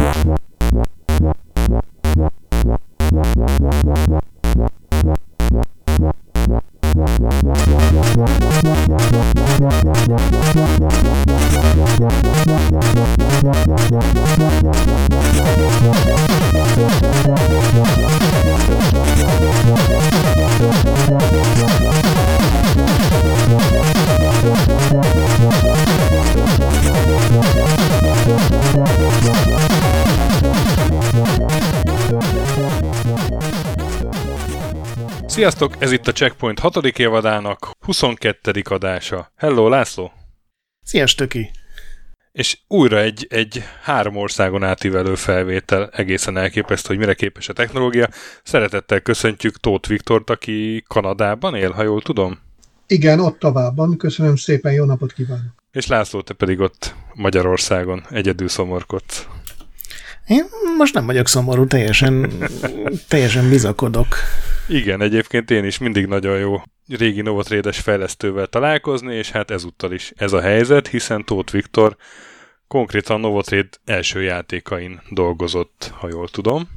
Sziasztok, ez itt a Checkpoint 6. évadának 22. adása. Hello, László! Sziasztok, Töki! És újra egy 3 országon átívelő felvétel, egészen elképesztő, hogy mire képes a technológia. Szeretettel köszöntjük Tóth Viktort, aki Kanadában él, ha jól tudom? Igen, Ottawában. Köszönöm szépen, jó napot kívánok! És László, te pedig ott Magyarországon egyedül szomorkodsz. Én most nem vagyok szomorú, teljesen bizakodok. Igen, egyébként én is mindig nagyon jó régi Novotrade-es fejlesztővel találkozni, és hát ezúttal is ez a helyzet, hiszen Tóth Viktor konkrétan Novotrade első játékain dolgozott, ha jól tudom.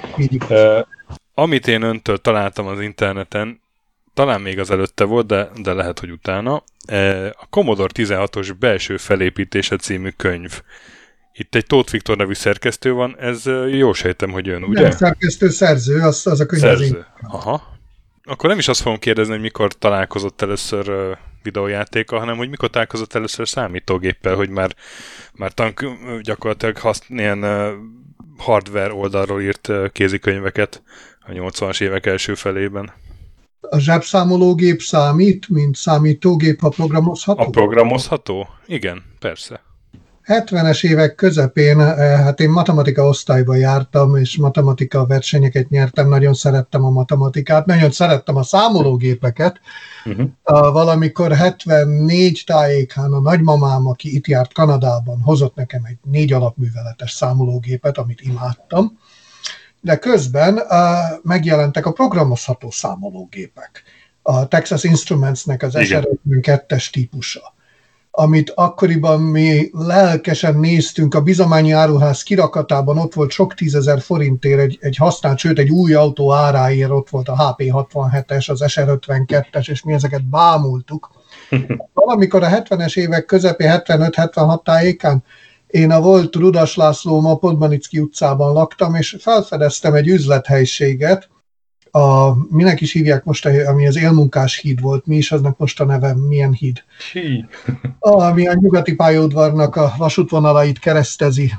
Amit én öntől találtam az interneten, talán még az előtte volt, de lehet, hogy utána, a Commodore 16-os belső felépítése című könyv. Itt egy Tóth Viktor nevű szerkesztő van, ez jól sejtem, hogy ön, ugye? Nem szerkesztő, szerző, az a könyv. Szerző. Aha. Akkor nem is azt fogom kérdezni, hogy mikor találkozott először videójátékkal, hanem hogy mikor találkozott először számítógéppel, hogy már gyakorlatilag ilyen hardware oldalról írt kézikönyveket a 80-as évek első felében. A zsebszámológép számít, mint számítógép, ha programozható? A programozható? Igen, persze. 70-es évek közepén, hát én matematika osztályba jártam, és matematika versenyeket nyertem, nagyon szerettem a matematikát, nagyon szerettem a számológépeket. Valamikor 74 tájékán a nagymamám, aki itt járt Kanadában, hozott nekem egy 4 alapműveletes számológépet, amit imádtam, de közben megjelentek a programozható számológépek. A Texas Instruments-nek az SR52-es típusa, amit akkoriban mi lelkesen néztünk, a bizományi áruház kirakatában ott volt sok 10 000 forintért egy használt, sőt egy új autó áráért ott volt a HP67-es, az SR52-es, és mi ezeket bámultuk. Valamikor a 70-es évek közepén, 75-76 tájékán én a volt Rudas László, a Podmanicki utcában laktam, és felfedeztem egy üzlethelyiséget, minek is hívják most, ami az élmunkás híd volt, mi is aznak most a neve, milyen híd? Ami a nyugati pályaudvarnak a vasútvonalait keresztezi.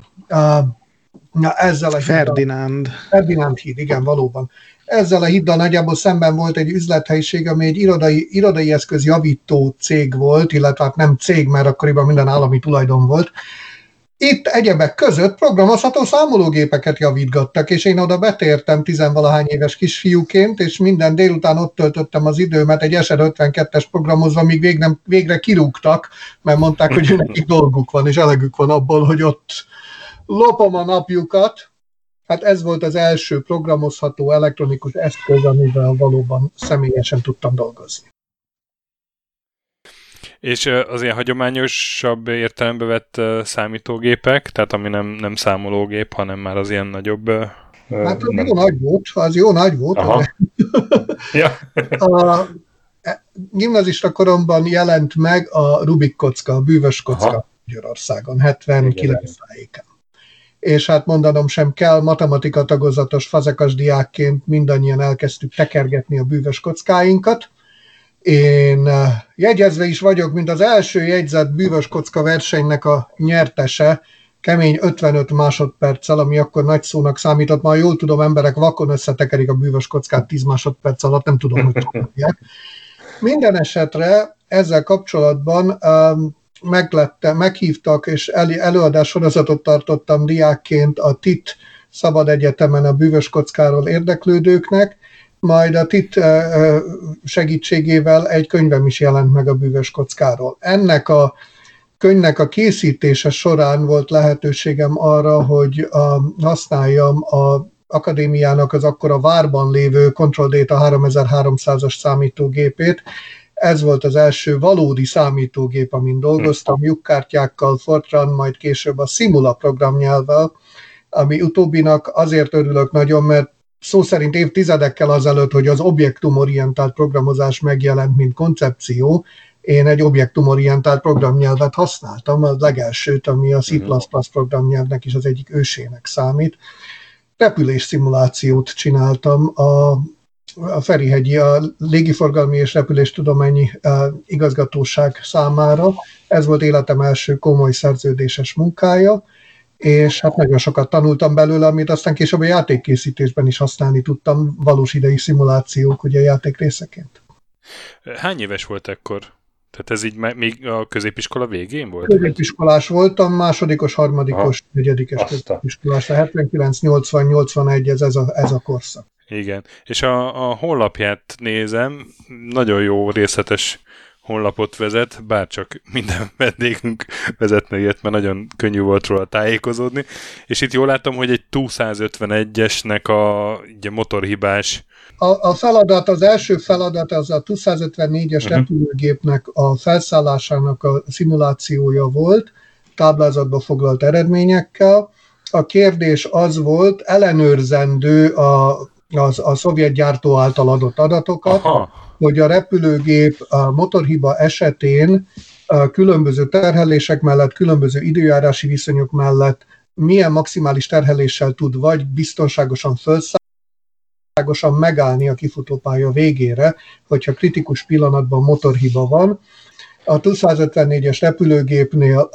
Ezzel a Ferdinand híd, igen, valóban. Ezzel a híddal nagyjából szemben volt egy üzlethelyiség, ami egy irodai eszköz javító cég volt, illetve hát nem cég, mert akkoriban minden állami tulajdon volt. Itt egyebek között programozható számológépeket javítgattak, és én oda betértem 10-valahány éves kisfiúként, és minden délután ott töltöttem az időmet egy SR52-es programozva, míg végre kirúgtak, mert mondták, hogy nekik dolguk van, és elegük van abból, hogy ott lopom a napjukat. Hát ez volt az első programozható elektronikus eszköz, amivel valóban személyesen tudtam dolgozni. És az ilyen hagyományosabb értelembe vett számítógépek, tehát ami nem számológép, hanem már az ilyen nagyobb... Hát az jó nagy volt. Ja. A gimnazista koromban jelent meg a Rubik kocka, a bűvös kocka Magyarországon, 79 tájékán. És hát mondanom sem kell, matematika tagozatos fazekas diákként mindannyian elkezdtük tekergetni a bűvös kockáinkat. Én jegyezve is vagyok, mint az első jegyzett bűvös kocka versenynek a nyertese, kemény 55 másodperccel, ami akkor nagy szónak számított. Ma jól tudom, emberek vakon összetekerik a bűvös kockát 10 másodperc alatt, nem tudom, hogy tudják. Minden esetre ezzel kapcsolatban meghívtak, és előadás sorozatot tartottam diákként a TIT Szabad Egyetemen a bűvös kockáról érdeklődőknek, majd a TIT segítségével egy könyvem is jelent meg a bűvös kockáról. Ennek a könyvnek a készítése során volt lehetőségem arra, hogy használjam az akadémiának az akkor a várban lévő Control Data 3300-as számítógépét. Ez volt az első valódi számítógép, amin dolgoztam, lyukkártyákkal, Fortran, majd később a Simula programnyelvvel, ami utóbbinak azért örülök nagyon, mert szó szerint évtizedekkel azelőtt, hogy az objektumorientált programozás megjelent, mint koncepció, én egy objektumorientált programnyelvet használtam, a legelsőt, ami a C++ programnyelvnek is az egyik ősének számít. Repülés szimulációt csináltam a Ferihegyi, a Légiforgalmi és Repüléstudományi Igazgatóság számára. Ez volt életem első komoly szerződéses munkája, és hát nagyon sokat tanultam belőle, amit aztán később a játékkészítésben is használni tudtam, valós idei szimulációk, ugye játékrészeként. Hány éves volt ekkor? Tehát ez így még a középiskola végén volt? Középiskolás voltam, másodikos, harmadikos, negyedikes középiskolás, 79, 80, 81, ez a korszak. Igen, és a honlapját nézem, nagyon jó részletes honlapot vezet, bárcsak minden vendégünk vezetne ilyet, mert nagyon könnyű volt róla tájékozódni, és itt jól látom, hogy egy TU-151-esnek a motorhibás. A feladat, az első feladat az a TU-154-es repülőgépnek a felszállásának a szimulációja volt, táblázatba foglalt eredményekkel. A kérdés az volt, ellenőrzendő a szovjet gyártó által adott adatokat, hogy a repülőgép a motorhiba esetén a különböző terhelések mellett, különböző időjárási viszonyok mellett milyen maximális terheléssel tud vagy biztonságosan felszállásosan megállni a kifutópálya végére, hogyha kritikus pillanatban motorhiba van. A TU-154-es repülőgépnél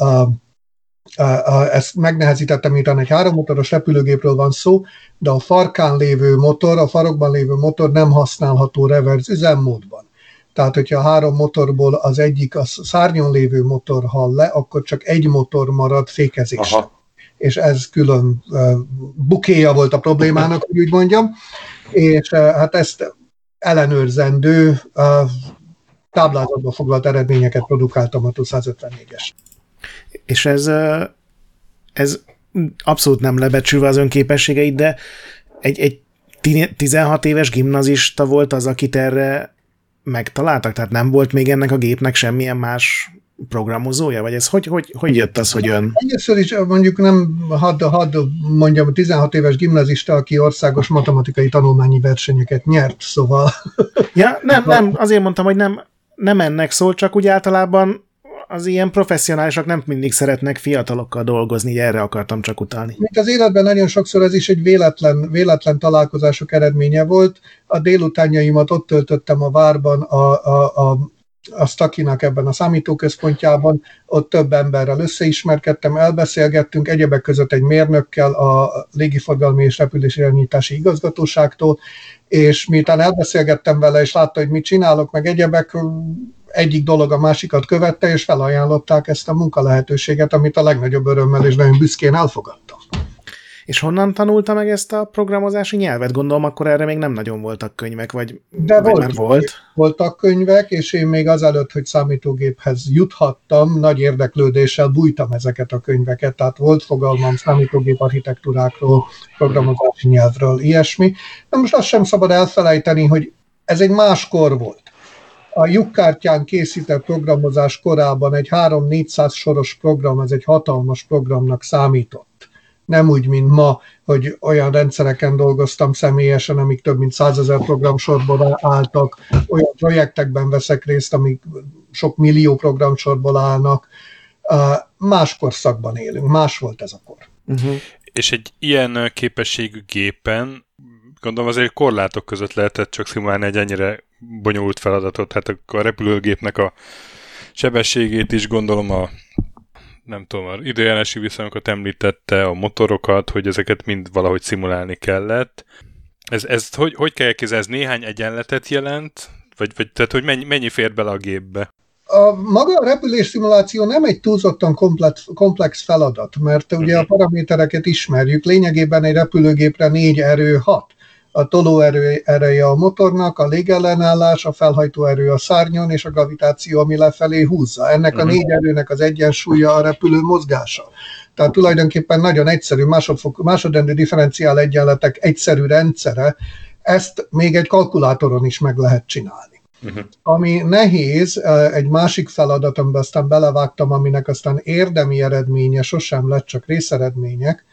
ezt megnehezítettem, miután egy 3 motoros repülőgépről van szó, de a farkán lévő motor, a farokban lévő motor nem használható reverse üzemmódban. Tehát, hogyha 3 motorból az egyik a szárnyon lévő motor hal le, akkor csak egy motor marad fékezésre. És ez külön bukéja volt a problémának, hogy úgy mondjam. És hát ezt ellenőrzendő táblázatba foglalt eredményeket produkáltam a TU-154-es. És ez abszolút nem lebecsülve az önképességeit, de egy 16 éves gimnazista volt az, akit erre megtaláltak? Tehát nem volt még ennek a gépnek semmilyen más programozója? Vagy ez hogy jött az, hogy ön? Először is mondjuk nem hadd mondjam, 16 éves gimnazista, aki országos matematikai tanulmányi versenyeket nyert, szóval... Ja, nem, azért mondtam, hogy nem ennek szól, csak úgy általában az ilyen professzionálisak nem mindig szeretnek fiatalokkal dolgozni, erre akartam csak utalni. Mint az életben nagyon sokszor ez is egy véletlen találkozások eredménye volt. A délutánjaimat ott töltöttem a várban, a Stakinak ebben a számítóközpontjában, ott több emberrel összeismerkedtem, elbeszélgettünk, egyebek között egy mérnökkel a Légiforgalmi és Repülésirányítási Igazgatóságtól, és miután elbeszélgettem vele, és látta, hogy mit csinálok, meg egyebek, egyik dolog a másikat követte, és felajánlották ezt a munkalehetőséget, amit a legnagyobb örömmel és nagyon büszkén elfogadtam. És honnan tanulta meg ezt a programozási nyelvet? Gondolom, akkor erre még nem nagyon voltak könyvek, vagy már volt? Voltak könyvek, és én még azelőtt, hogy számítógéphez juthattam, nagy érdeklődéssel bújtam ezeket a könyveket, tehát volt fogalmam számítógép architektúrákról, programozási nyelvről, ilyesmi. De most azt sem szabad elfelejteni, hogy ez egy más kor volt. A lyukkártyán készített programozás korában egy 3-400 soros program, ez egy hatalmas programnak számított. Nem úgy, mint ma, hogy olyan rendszereken dolgoztam személyesen, amik több mint 100 000 programsorból álltak, olyan projektekben veszek részt, amik sok millió programsorból állnak. Más korszakban élünk, más volt ez a kor. És egy ilyen képességű gépen, gondolom azért korlátok között lehetett csak szimulálni egy ennyire bonyolult feladatot. Hát a repülőgépnek a sebességét is gondolom nem tudom, az időjárási viszonyokat említette, a motorokat, hogy ezeket mind valahogy szimulálni kellett. Ez hogy kell elképzelni? Ez néhány egyenletet jelent? Vagy tehát, hogy mennyi fér bele a gépbe? Maga a repülés szimuláció nem egy túlzottan komplex feladat, mert ugye a paramétereket ismerjük. Lényegében egy repülőgépre 4 erő hat. A tolóerő ereje a motornak, a légellenállás, a felhajtóerő a szárnyon, és a gravitáció, ami lefelé húzza. Ennek a 4 erőnek az egyensúlya a repülő mozgása. Tehát tulajdonképpen nagyon egyszerű, másodrendű differenciál egyenletek egyszerű rendszere, ezt még egy kalkulátoron is meg lehet csinálni. Ami nehéz, egy másik feladat, amiben aztán belevágtam, aminek aztán érdemi eredménye sosem lett, csak részeredmények,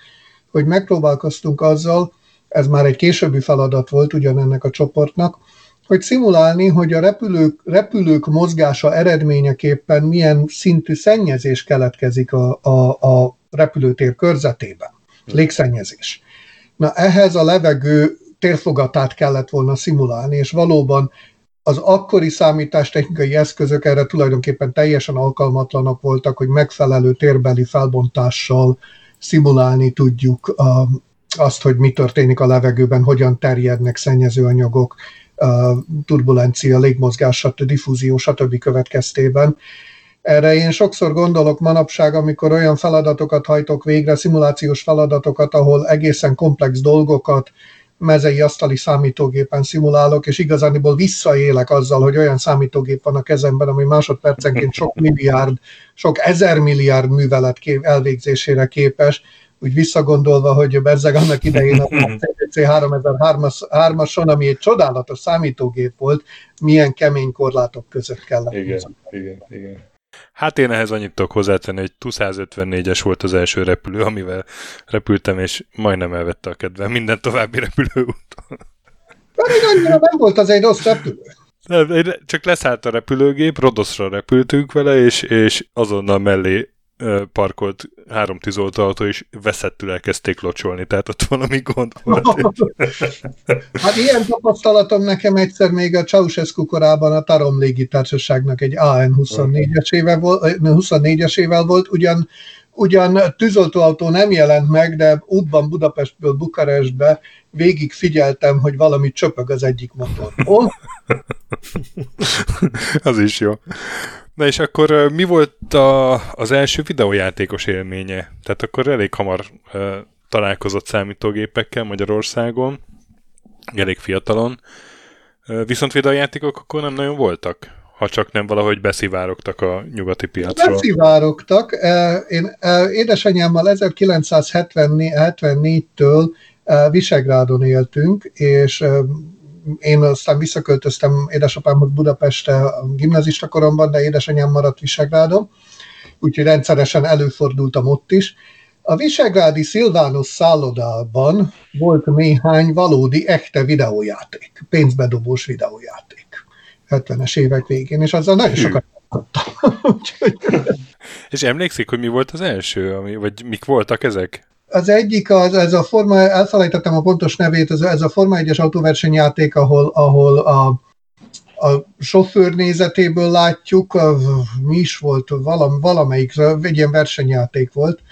hogy megpróbálkoztunk azzal, ez már egy későbbi feladat volt ugyanennek a csoportnak, hogy szimulálni, hogy a repülők mozgása eredményeképpen milyen szintű szennyezés keletkezik a repülőtér körzetében. Légszennyezés. Na ehhez a levegő térfogatát kellett volna szimulálni, és valóban az akkori számítástechnikai eszközök erre tulajdonképpen teljesen alkalmatlanak voltak, hogy megfelelő térbeli felbontással szimulálni tudjuk azt, hogy mi történik a levegőben, hogyan terjednek szennyezőanyagok, turbulencia, légmozgás, diffúzió, stb. Következtében. Erre én sokszor gondolok manapság, amikor olyan feladatokat hajtok végre, szimulációs feladatokat, ahol egészen komplex dolgokat mezei asztali számítógépen szimulálok, és igazániból visszaélek azzal, hogy olyan számítógép van a kezemben, ami másodpercenként sok ezer milliárd művelet elvégzésére képes, úgy visszagondolva, hogy bezzeg annak idején a CDC 3003-ason, ami egy csodálatos számítógép volt, milyen kemény korlátok között kellett. Igen. Hát én ehhez annyit tudok hozzátenni, hogy Tu-154-es volt az első repülő, amivel repültem, és majdnem elvette a kedvem minden további repülőúton. Pedig annyira nem volt az egy rossz repülő. Csak leszállt a repülőgép, Rodoszra repültünk vele, és azonnal mellé parkolt 3 tűzoltóautó, és veszettül elkezdték locsolni, tehát ott valami gond volt. Hát ilyen tapasztalatom nekem egyszer még a Ceausescu korában a Tarom légitársaságnak egy AN-24-esével volt, ugyan tűzoltóautó nem jelent meg, de útban Budapestből Bukarestbe végig figyeltem, hogy valami csöpög az egyik motorból. Az is jó. Na és akkor mi volt az első videójátékos élménye? Tehát akkor elég hamar találkozott számítógépekkel Magyarországon, elég fiatalon. Viszont videójátékok akkor nem nagyon voltak, ha csak nem valahogy beszivárogtak a nyugati piacról. Beszivárogtak. Én édesanyámmal 1974-től Visegrádon éltünk, és én aztán visszaköltöztem édesapámhoz Budapestre a gimnazista koromban, de édesanyám maradt Visegrádon, úgyhogy rendszeresen előfordultam ott is. A visegrádi Szilvános szállodában volt néhány valódi, echte videójáték, pénzbedobós videójáték 70-es évek végén, és azzal nagyon sokat játszottam. És emlékszik, hogy mi volt az első, vagy mik voltak ezek? Az egyik, ez a Forma, elfelejtettem a pontos nevét, ez a Forma 1-es autóversenyjáték, ahol a sofőr nézetéből látjuk, mi is volt, valamelyik, egy ilyen versenyjáték volt.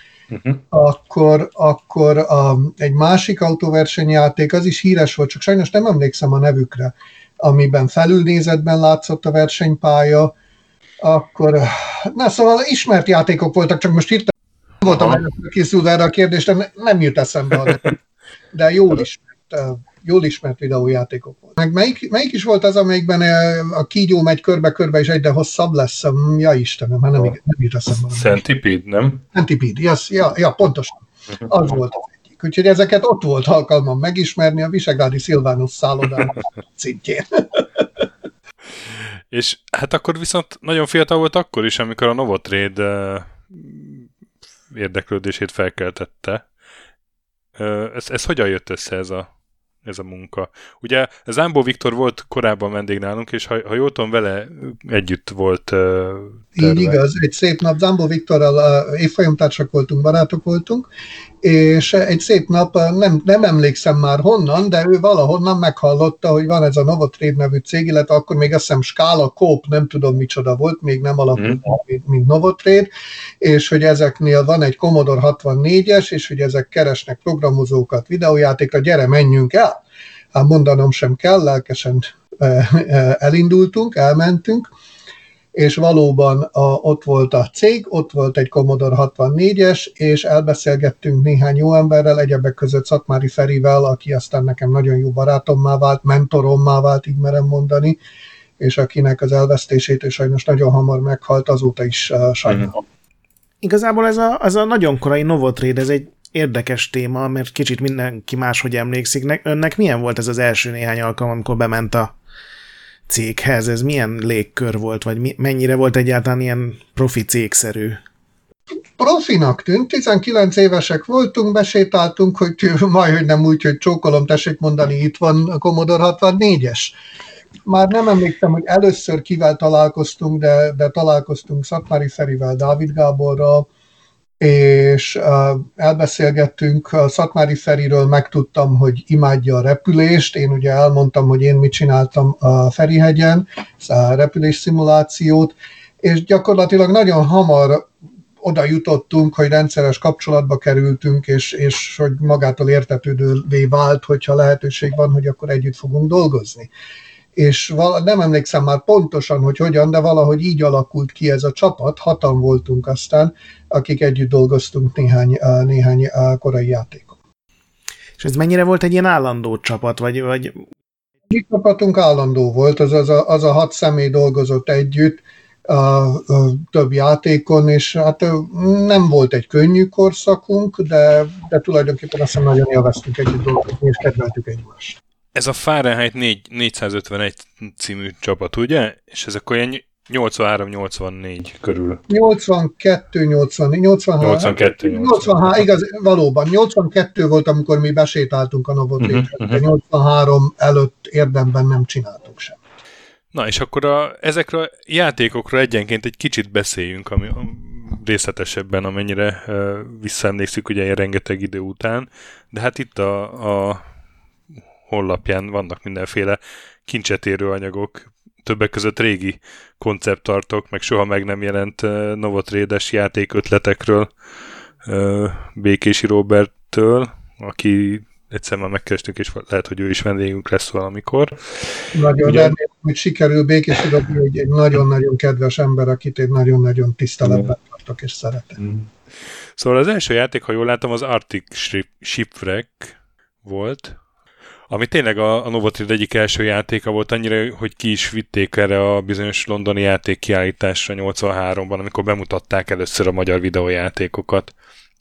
Akkor egy másik autóversenyjáték, az is híres volt, csak sajnos nem emlékszem a nevükre, amiben felülnézetben látszott a versenypálya. Akkor, szóval ismert játékok voltak, csak most hirtelen voltam készülve erre a kérdésre, nem jut eszembe, de jól ismert videójátékok voltak. Melyik is volt az, amelyikben a kígyó megy körbe-körbe, és egyre hosszabb lesz? Ja Istenem, hát nem jut eszembe. Centipede, nem? Centipede, ja, pontosan. Az volt az egyik. Úgyhogy ezeket ott volt alkalmam megismerni a visegrádi Szilvános szállodán szintjén. És hát akkor viszont nagyon fiatal volt akkor is, amikor a Novotrade érdeklődését felkeltette. Ez hogyan jött össze ez a munka? Ugye Zámbó Viktor volt korábban vendég nálunk, és ha jól tudom, vele együtt volt terve. Így igaz, egy szép nap Zámbó Viktorral évfolyamtársak voltunk, barátok voltunk, és egy szép nap, nem emlékszem már honnan, de ő valahonnan meghallotta, hogy van ez a Novotrade nevű cég, illetve akkor még azt hiszem Scala Coop, nem tudom micsoda volt, még nem alakult, mint Novotrade, és hogy ezeknél van egy Commodore 64-es, és hogy ezek keresnek programozókat, videójátékra, gyere, menjünk el. Hát mondanom sem kell, lelkesen elindultunk, elmentünk, és valóban ott volt a cég, ott volt egy Commodore 64-es, és elbeszélgettünk néhány jó emberrel, egyebek között Szatmári Ferivel, aki aztán nekem nagyon jó barátommá vált, mentorommá vált, így merem mondani, és akinek az elvesztését ő sajnos nagyon hamar meghalt, azóta is sajnálom. Igazából ez a nagyon korai Novotrade, ez egy érdekes téma, mert kicsit mindenki máshogy emlékszik. Önnek milyen volt ez az első néhány alkalom, amikor bement a céghez? Ez milyen légkör volt, vagy mennyire volt egyáltalán ilyen profi cégszerű? profinak tűnt, 19 évesek voltunk, besétáltunk, hogy majdhogy nem úgy, hogy csókolom, tessék mondani, itt van a Commodore 64-es. Már nem emlékszem, hogy először kivel találkoztunk, de találkoztunk Szatmári Ferivel, Dávid Gáborral, és elbeszélgettünk. Szatmári Feriről megtudtam, hogy imádja a repülést. Én ugye elmondtam, hogy én mit csináltam a Ferihegyen, a repülés szimulációt, és gyakorlatilag nagyon hamar oda jutottunk, hogy rendszeres kapcsolatba kerültünk, és hogy magától értetődővé vált, hogyha lehetőség van, hogy akkor együtt fogunk dolgozni. És nem emlékszem már pontosan, hogy hogyan, de valahogy így alakult ki ez a csapat, 6-an voltunk aztán, akik együtt dolgoztunk néhány korai játékon. És ez mennyire volt egy ilyen állandó csapat, vagy... Mi csapatunk állandó volt, az a 6 személy dolgozott együtt, több játékon, és hát nem volt egy könnyű korszakunk, de tulajdonképpen azt nagyon élveztünk együtt dolgozni, és kedveltük egymást. Ez a Fahrenheit 451 című csapat, ugye? És ez akkor ilyen 83-84 körül. 82, igaz, valóban. 82 volt, amikor mi besétáltunk a Novotrade-re, de 83 előtt érdemben nem csináltunk sem. Na, és akkor ezekről a játékokról egyenként egy kicsit beszéljünk, ami részletesebben, amennyire visszaemlékszik ugye rengeteg idő után, de hát itt a honlapján vannak mindenféle kincset érő anyagok, többek között régi konceptartok, meg soha meg nem jelent Novotrade-es játékötletekről Békési Roberttől, aki egyszer már megkerestünk, és lehet, hogy ő is vendégünk lesz valamikor. Nagyon remélem, hogy sikerül. Békési Robi egy nagyon-nagyon kedves ember, akit én nagyon-nagyon tiszteletben tartok és szeretek. Szóval az első játék, ha jól látom, az Arctic Shipwreck volt, ami tényleg a Novotrade egyik első játéka volt, annyira, hogy ki is vitték erre a bizonyos londoni játékkiállításra 83-ban, amikor bemutatták először a magyar videójátékokat.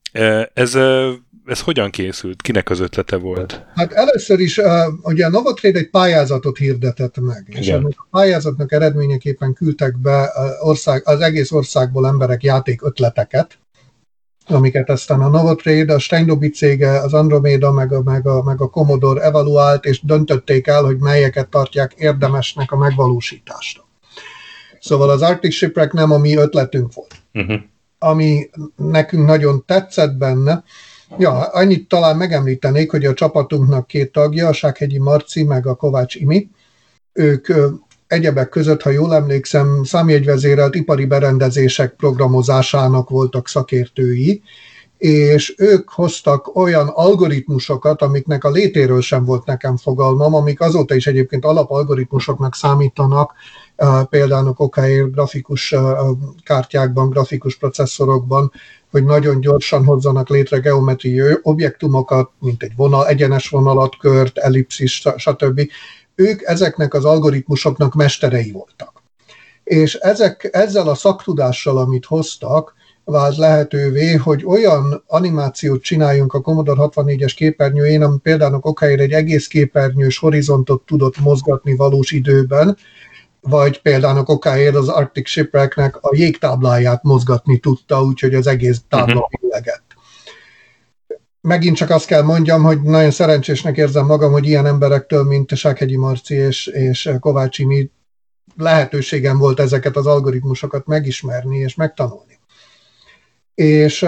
Ez hogyan készült? Kinek az ötlete volt? Hát először is ugye a Novotrade egy pályázatot hirdetett meg, és a pályázatnak eredményeképpen küldtek be az egész országból emberek játékötleteket, amiket aztán a Novotrade, a Steindobby cége, az Andromeda, meg a Commodore evaluált, és döntötték el, hogy melyeket tartják érdemesnek a megvalósításra. Szóval az Arctic Shipwreck nem a mi ötletünk volt. Ami nekünk nagyon tetszett benne, annyit talán megemlítenék, hogy a csapatunknak 2 tagja, a Sákhegyi Marci, meg a Kovács Imi, ők egyebek között, ha jól emlékszem, számjegyvezérelt ipari berendezések programozásának voltak szakértői, és ők hoztak olyan algoritmusokat, amiknek a létéről sem volt nekem fogalmam, amik azóta is egyébként alapalgoritmusoknak számítanak, például OKR grafikus kártyákban, grafikus processzorokban, hogy nagyon gyorsan hozzanak létre geometriai objektumokat, mint egy egyenes vonalat, kört, ellipszis, stb. Ők ezeknek az algoritmusoknak mesterei voltak. És ezzel a szaktudással, amit hoztak, vált lehetővé, hogy olyan animációt csináljunk a Commodore 64-es képernyőjén, ami például OKR egy egész képernyős horizontot tudott mozgatni valós időben, vagy például OKR az Arctic Shipwrecknek a jégtábláját mozgatni tudta, úgyhogy az egész tábla billegett. Megint csak azt kell mondjam, hogy nagyon szerencsésnek érzem magam, hogy ilyen emberektől, mint Sákhegyi Marci és Kovács Imi, lehetőségem volt ezeket az algoritmusokat megismerni és megtanulni. És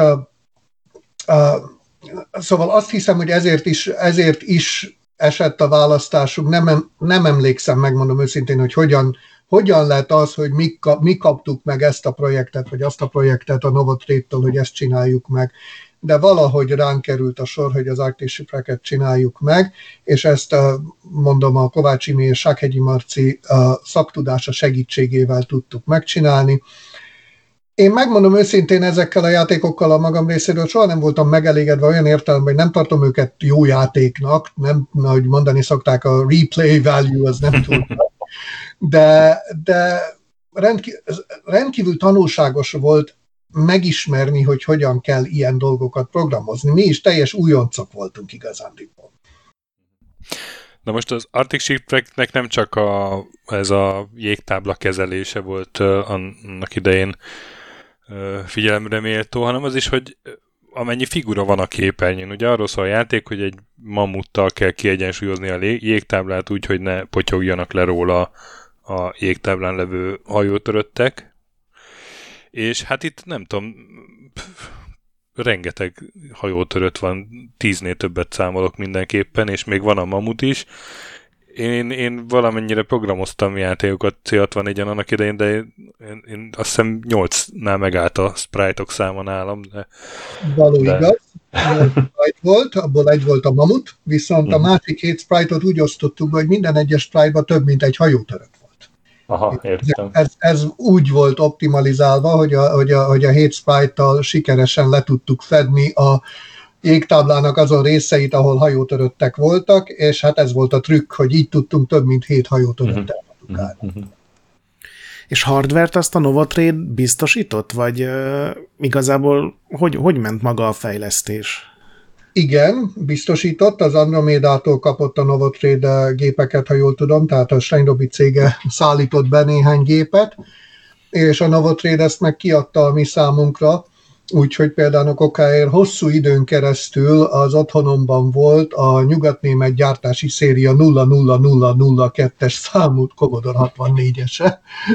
szóval azt hiszem, hogy ezért is esett a választásunk. Nem emlékszem, megmondom őszintén, hogy hogyan lett az, hogy mi kaptuk meg ezt a projektet, vagy azt a projektet a Novotrade-től, hogy ezt csináljuk meg. De valahogy ránk került a sor, hogy az Arctic Shipwrecket csináljuk meg, és ezt mondom a Kovács Imi és Sákhegyi Marci szaktudása segítségével tudtuk megcsinálni. Én megmondom őszintén, ezekkel a játékokkal a magam részéről soha nem voltam megelégedve olyan értelemben, hogy nem tartom őket jó játéknak, nem, ahogy mondani szokták, a replay value az nem túl, de rendkívül tanulságos volt megismerni, hogy hogyan kell ilyen dolgokat programozni. Mi is teljes újoncok voltunk igazándiból. Na most az Arctic Shipwrecknek nem csak ez a jégtábla kezelése volt annak idején figyelemre méltó, hanem az is, hogy amennyi figura van a képernyőn. Ugye arról szól a játék, hogy egy mammuttal kell kiegyensúlyozni a jégtáblát úgy, hogy ne potyogjanak le róla a jégtáblán levő hajótöröttek. És hát itt nem tudom, rengeteg hajótörött van, 10-nél többet számolok mindenképpen, és még van a mamut is. Én valamennyire programoztam játékokat C64-en annak idején, de én azt hiszem 8-nál megállt a sprite-ok száma nálam. Való igaz. Sprite volt, abból egy volt a mamut, viszont a másik 7 sprite-ot úgy osztottuk, hogy minden egyes sprite-ban több mint egy hajótörött volt. Aha, értem. Ez úgy volt optimalizálva, hogy a 7 sprite-tal sikeresen le tudtuk fedni a jégtáblának azon részeit, ahol hajótöröttek voltak, és hát ez volt a trükk, hogy így tudtunk több mint 7 hajótöröttet produkálni. És hardvert azt a Novotrade biztosított, vagy igazából hogy ment maga a fejlesztés? Igen, biztosított, az Andromédától kapott a Novotrade gépeket, ha jól tudom, tehát a Steinrobi cége szállított be néhány gépet, és a Novotrade ezt meg kiadta a mi számunkra, úgyhogy például a kokáért hosszú időn keresztül az otthonomban volt a nyugatnémet gyártási széria 00002-es számú Commodore 64-ese,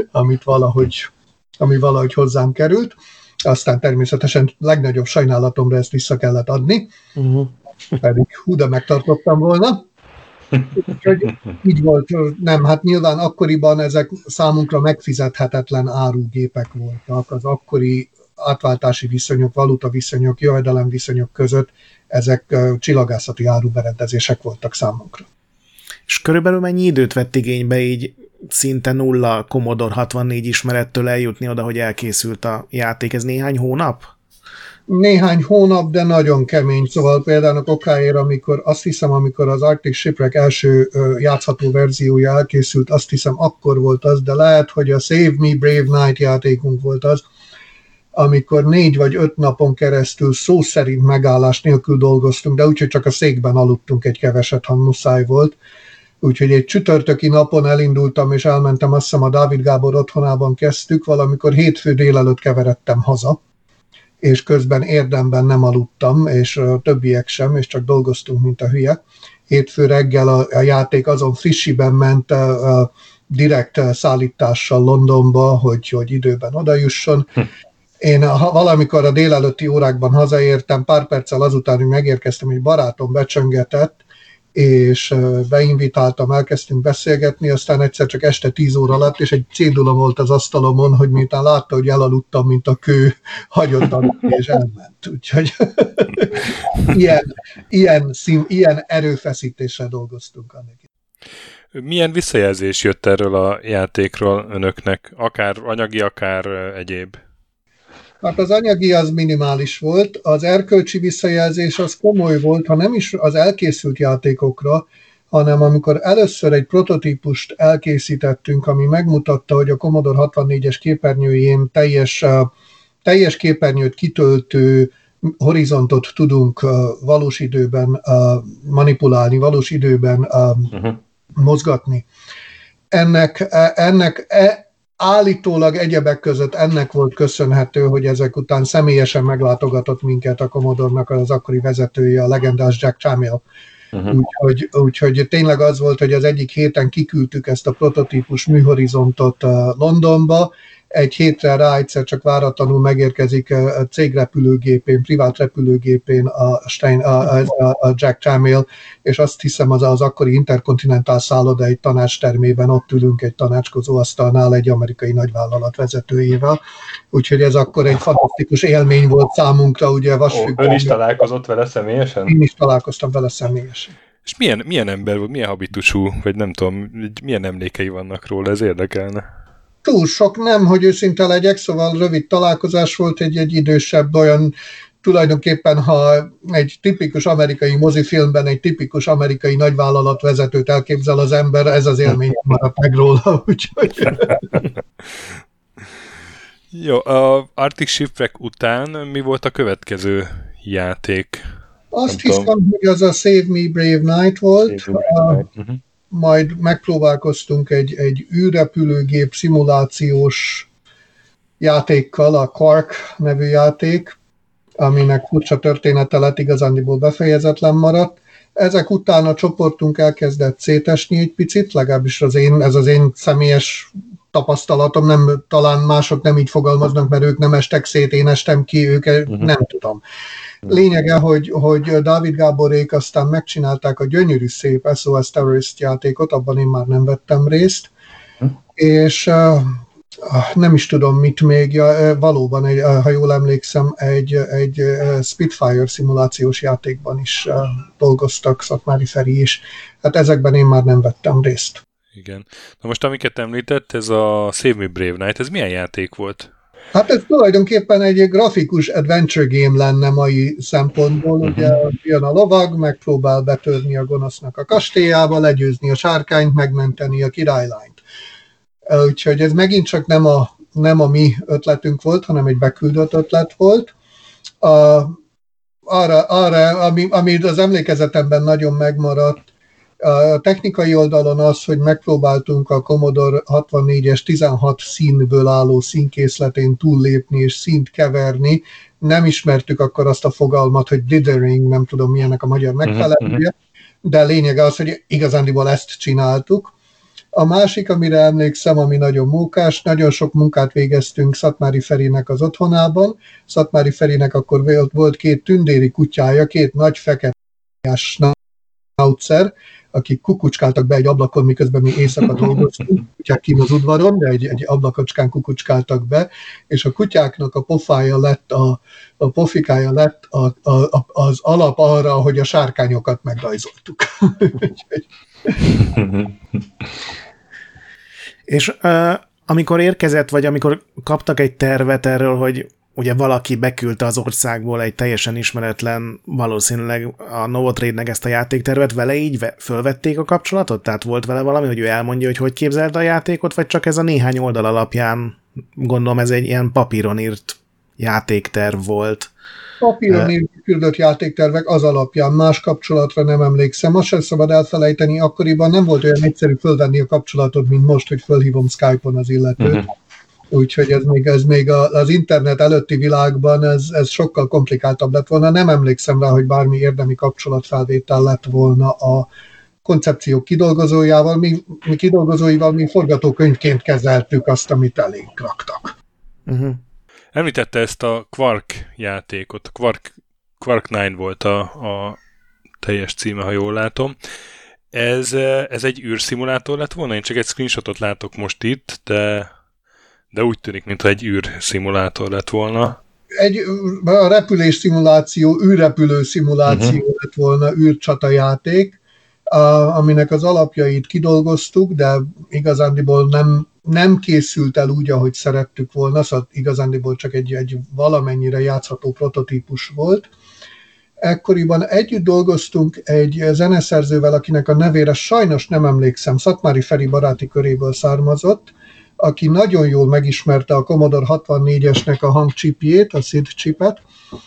ami valahogy hozzám került. Aztán természetesen legnagyobb sajnálatomra ezt vissza kellett adni, pedig de megtartottam volna. Úgyhogy így volt, nem, hát nyilván akkoriban ezek számunkra megfizethetetlen árugépek voltak, az akkori átváltási viszonyok, valuta viszonyok, jövedelem viszonyok között ezek csillagászati áruberendezések voltak számunkra. És körülbelül mennyi időt vett igénybe így szinte nulla Commodore 64 ismerettől eljutni oda, hogy elkészült a játék? Ez néhány hónap? Néhány hónap, de nagyon kemény. Szóval például a kokáért, amikor az Arctic Shipwreck első játszható verziója elkészült, azt hiszem akkor volt az, de lehet, hogy a Save Me Brave Night játékunk volt az, amikor 4 vagy 5 napon keresztül szó szerint megállás nélkül dolgoztunk, de úgyhogy csak a székben aludtunk egy keveset, ha muszáj volt. Úgyhogy egy csütörtöki napon elindultam, és elmentem, azt hiszem a Dávid Gábor otthonában kezdtük, valamikor hétfő délelőtt keveredtem haza, és közben érdemben nem aludtam, és a többiek sem, és csak dolgoztunk, mint a hülye. Hétfő reggel a játék azon frissiben ment direkt szállítással Londonba, hogy időben odajusson. Én valamikor a délelőtti órákban hazaértem, pár perccel azután, hogy megérkeztem, egy barátom becsöngetett, és beinvitáltam, elkezdtünk beszélgetni, aztán egyszer csak este 10 óra lett, és egy cédula volt az asztalomon, hogy miután látta, hogy elaludtam, mint a kő, hagyott aludni, és elment. Úgyhogy ilyen erőfeszítéssel dolgoztunk annak. Milyen visszajelzés jött erről a játékról önöknek? Akár anyagi, akár egyéb? Hát az anyagi az minimális volt, az erkölcsi visszajelzés az komoly volt, ha nem is az elkészült játékokra, hanem amikor először egy prototípust elkészítettünk, ami megmutatta, hogy a Commodore 64-es képernyőjén teljes képernyőt kitöltő horizontot tudunk valós időben manipulálni, valós időben mozgatni. Állítólag egyebek között ennek volt köszönhető, hogy ezek után személyesen meglátogatott minket a Commodore-nak az akkori vezetője, a legendás Jack Tramiel. Úgyhogy tényleg az volt, hogy az egyik héten kiküldtük ezt a prototípus műhorizontot Londonba, egy hétre rá egyszer csak váratlanul megérkezik a cégrepülőgépén, privát repülőgépén a Jack Tramiel, és azt hiszem az akkori Intercontinental szálloda egy tanácstermében, ott ülünk egy tanácskozóasztalnál egy amerikai nagyvállalat vezetőjével, úgyhogy ez akkor egy fantasztikus élmény volt számunkra, ugye Ön is találkozott vele személyesen? Én is találkoztam vele személyesen. És milyen ember volt, milyen habitusú, vagy nem tudom, milyen emlékei vannak róla, ez érdekelne? Túl sok nem, hogy őszinte legyek, szóval rövid találkozás volt, egy idősebb, olyan tulajdonképpen, ha egy tipikus amerikai mozifilmben egy tipikus amerikai nagyvállalat vezetőt elképzel az ember, ez az élmény maradt meg róla, úgyhogy... Jó, a Arctic Shipwreck után mi volt a következő játék? Azt hiszem, hogy az a Save Me Brave Night volt. Majd megpróbálkoztunk egy űrrepülőgép szimulációs játékkal, a Quark nevű játék, aminek furcsa története lett, igazándiból befejezetlen maradt. Ezek után a csoportunk elkezdett szétesni egy picit, legalábbis ez az én személyes tapasztalatom, talán mások nem így fogalmaznak, mert ők nem estek szét, én estem ki, nem tudom. Lényege, hogy Dávid Gáborék aztán megcsinálták a gyönyörű szép SOS Terrorist játékot, abban én már nem vettem részt, és nem is tudom mit még, valóban, ha jól emlékszem, egy Spitfire szimulációs játékban is dolgoztak, Szatmári Feri is. Hát ezekben én már nem vettem részt. Igen. Na most, amiket említett, ez a Save Me Brave Knight, ez milyen játék volt? Hát ez tulajdonképpen egy grafikus adventure game lenne mai szempontból. Ugye jön a lovag, megpróbál betörni a gonosznak a kastélyába, legyőzni a sárkányt, megmenteni a királylányt. Úgyhogy ez megint csak nem a mi ötletünk volt, hanem egy beküldött ötlet volt. Ami az emlékezetemben nagyon megmaradt, a technikai oldalon az, hogy megpróbáltunk a Commodore 64-es 16 színből álló színkészletén túllépni és színt keverni. Nem ismertük akkor azt a fogalmat, hogy dithering, nem tudom milyennek a magyar megfelelője, de lényege az, hogy igazándiból ezt csináltuk. A másik, amire emlékszem, ami nagyon mókás, nagyon sok munkát végeztünk Szatmári Ferinek az otthonában. Szatmári Ferinek akkor volt 2 tündéri kutyája, 2 nagy fekete schnauzer, akik kukucskáltak be egy ablakon, miközben mi éjszaka dolgoztunk, kutyák kín az udvaron, de egy ablakocskán kukucskáltak be, és a kutyáknak a pofája lett, a pofikája lett az alap arra, hogy a sárkányokat megrajzoltuk. És amikor érkezett, vagy amikor kaptak egy tervet erről, hogy ugye valaki beküldte az országból egy teljesen ismeretlen, valószínűleg a Novotrade-nek ezt a játéktervet, vele így fölvették a kapcsolatot? Tehát volt vele valami, hogy ő elmondja, hogy képzelte a játékot, vagy csak ez a néhány oldal alapján, gondolom ez egy ilyen papíron írt játékterv volt? Papíron írt küldött játéktervek az alapján, más kapcsolatra nem emlékszem. Azt sem szabad elfelejteni, akkoriban nem volt olyan egyszerű fölvenni a kapcsolatot, mint most, hogy fölhívom Skype-on az illetőt. Úgyhogy ez még az internet előtti világban ez sokkal komplikáltabb lett volna. Nem emlékszem rá, hogy bármi érdemi kapcsolatfelvétel lett volna a koncepció kidolgozójával. Mi forgatókönyvként kezeltük azt, amit elénk raktak. Említette ezt a Quark játékot. Quark 9 volt a teljes címe, ha jól látom. Ez egy űrszimulátor lett volna? Én csak egy screenshotot látok most itt, de úgy tűnik, mintha egy űrszimulátor lett volna. A repülés szimuláció, űrrepülő szimuláció lett volna, űrcsatajáték, aminek az alapjait kidolgoztuk, de igazándiból nem készült el úgy, ahogy szerettük volna, szóval igazándiból csak egy valamennyire játszható prototípus volt. Ekkoriban együtt dolgoztunk egy zeneszerzővel, akinek a nevére sajnos nem emlékszem, Szatmári Feri baráti köréből származott, aki nagyon jól megismerte a Commodore 64-esnek a hangcsipjét, a SID chipet,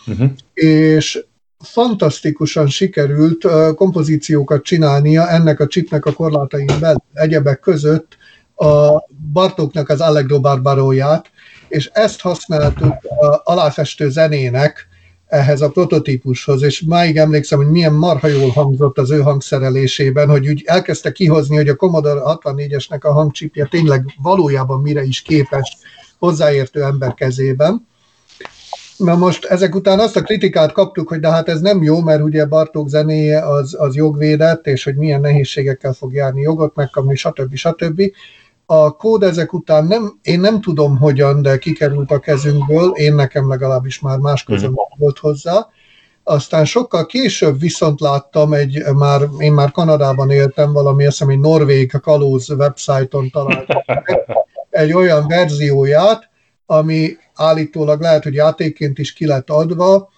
és fantasztikusan sikerült kompozíciókat csinálnia ennek a chipnek a korlátain belül, egyebek között a Bartóknak az Allegro Barbaróját, és ezt használtuk aláfestő zenének ehhez a prototípushoz, és máig emlékszem, hogy milyen marha jól hangzott az ő hangszerelésében, hogy úgy elkezdte kihozni, hogy a Commodore 64-esnek a hangcsipje tényleg valójában mire is képes hozzáértő ember kezében. Na most ezek után azt a kritikát kaptuk, hogy de hát ez nem jó, mert ugye Bartók zenéje az jogvédett, és hogy milyen nehézségekkel fog járni jogot megkapni, stb. A kód ezek után én nem tudom hogyan, de kikerült a kezünkből, nekem legalábbis már más közöm volt hozzá. Aztán sokkal később viszont láttam, én már Kanadában éltem, valami azt hiszem, egy norvég kalóz websájton találtam egy olyan verzióját, ami állítólag lehet, hogy játékként is ki lett adva,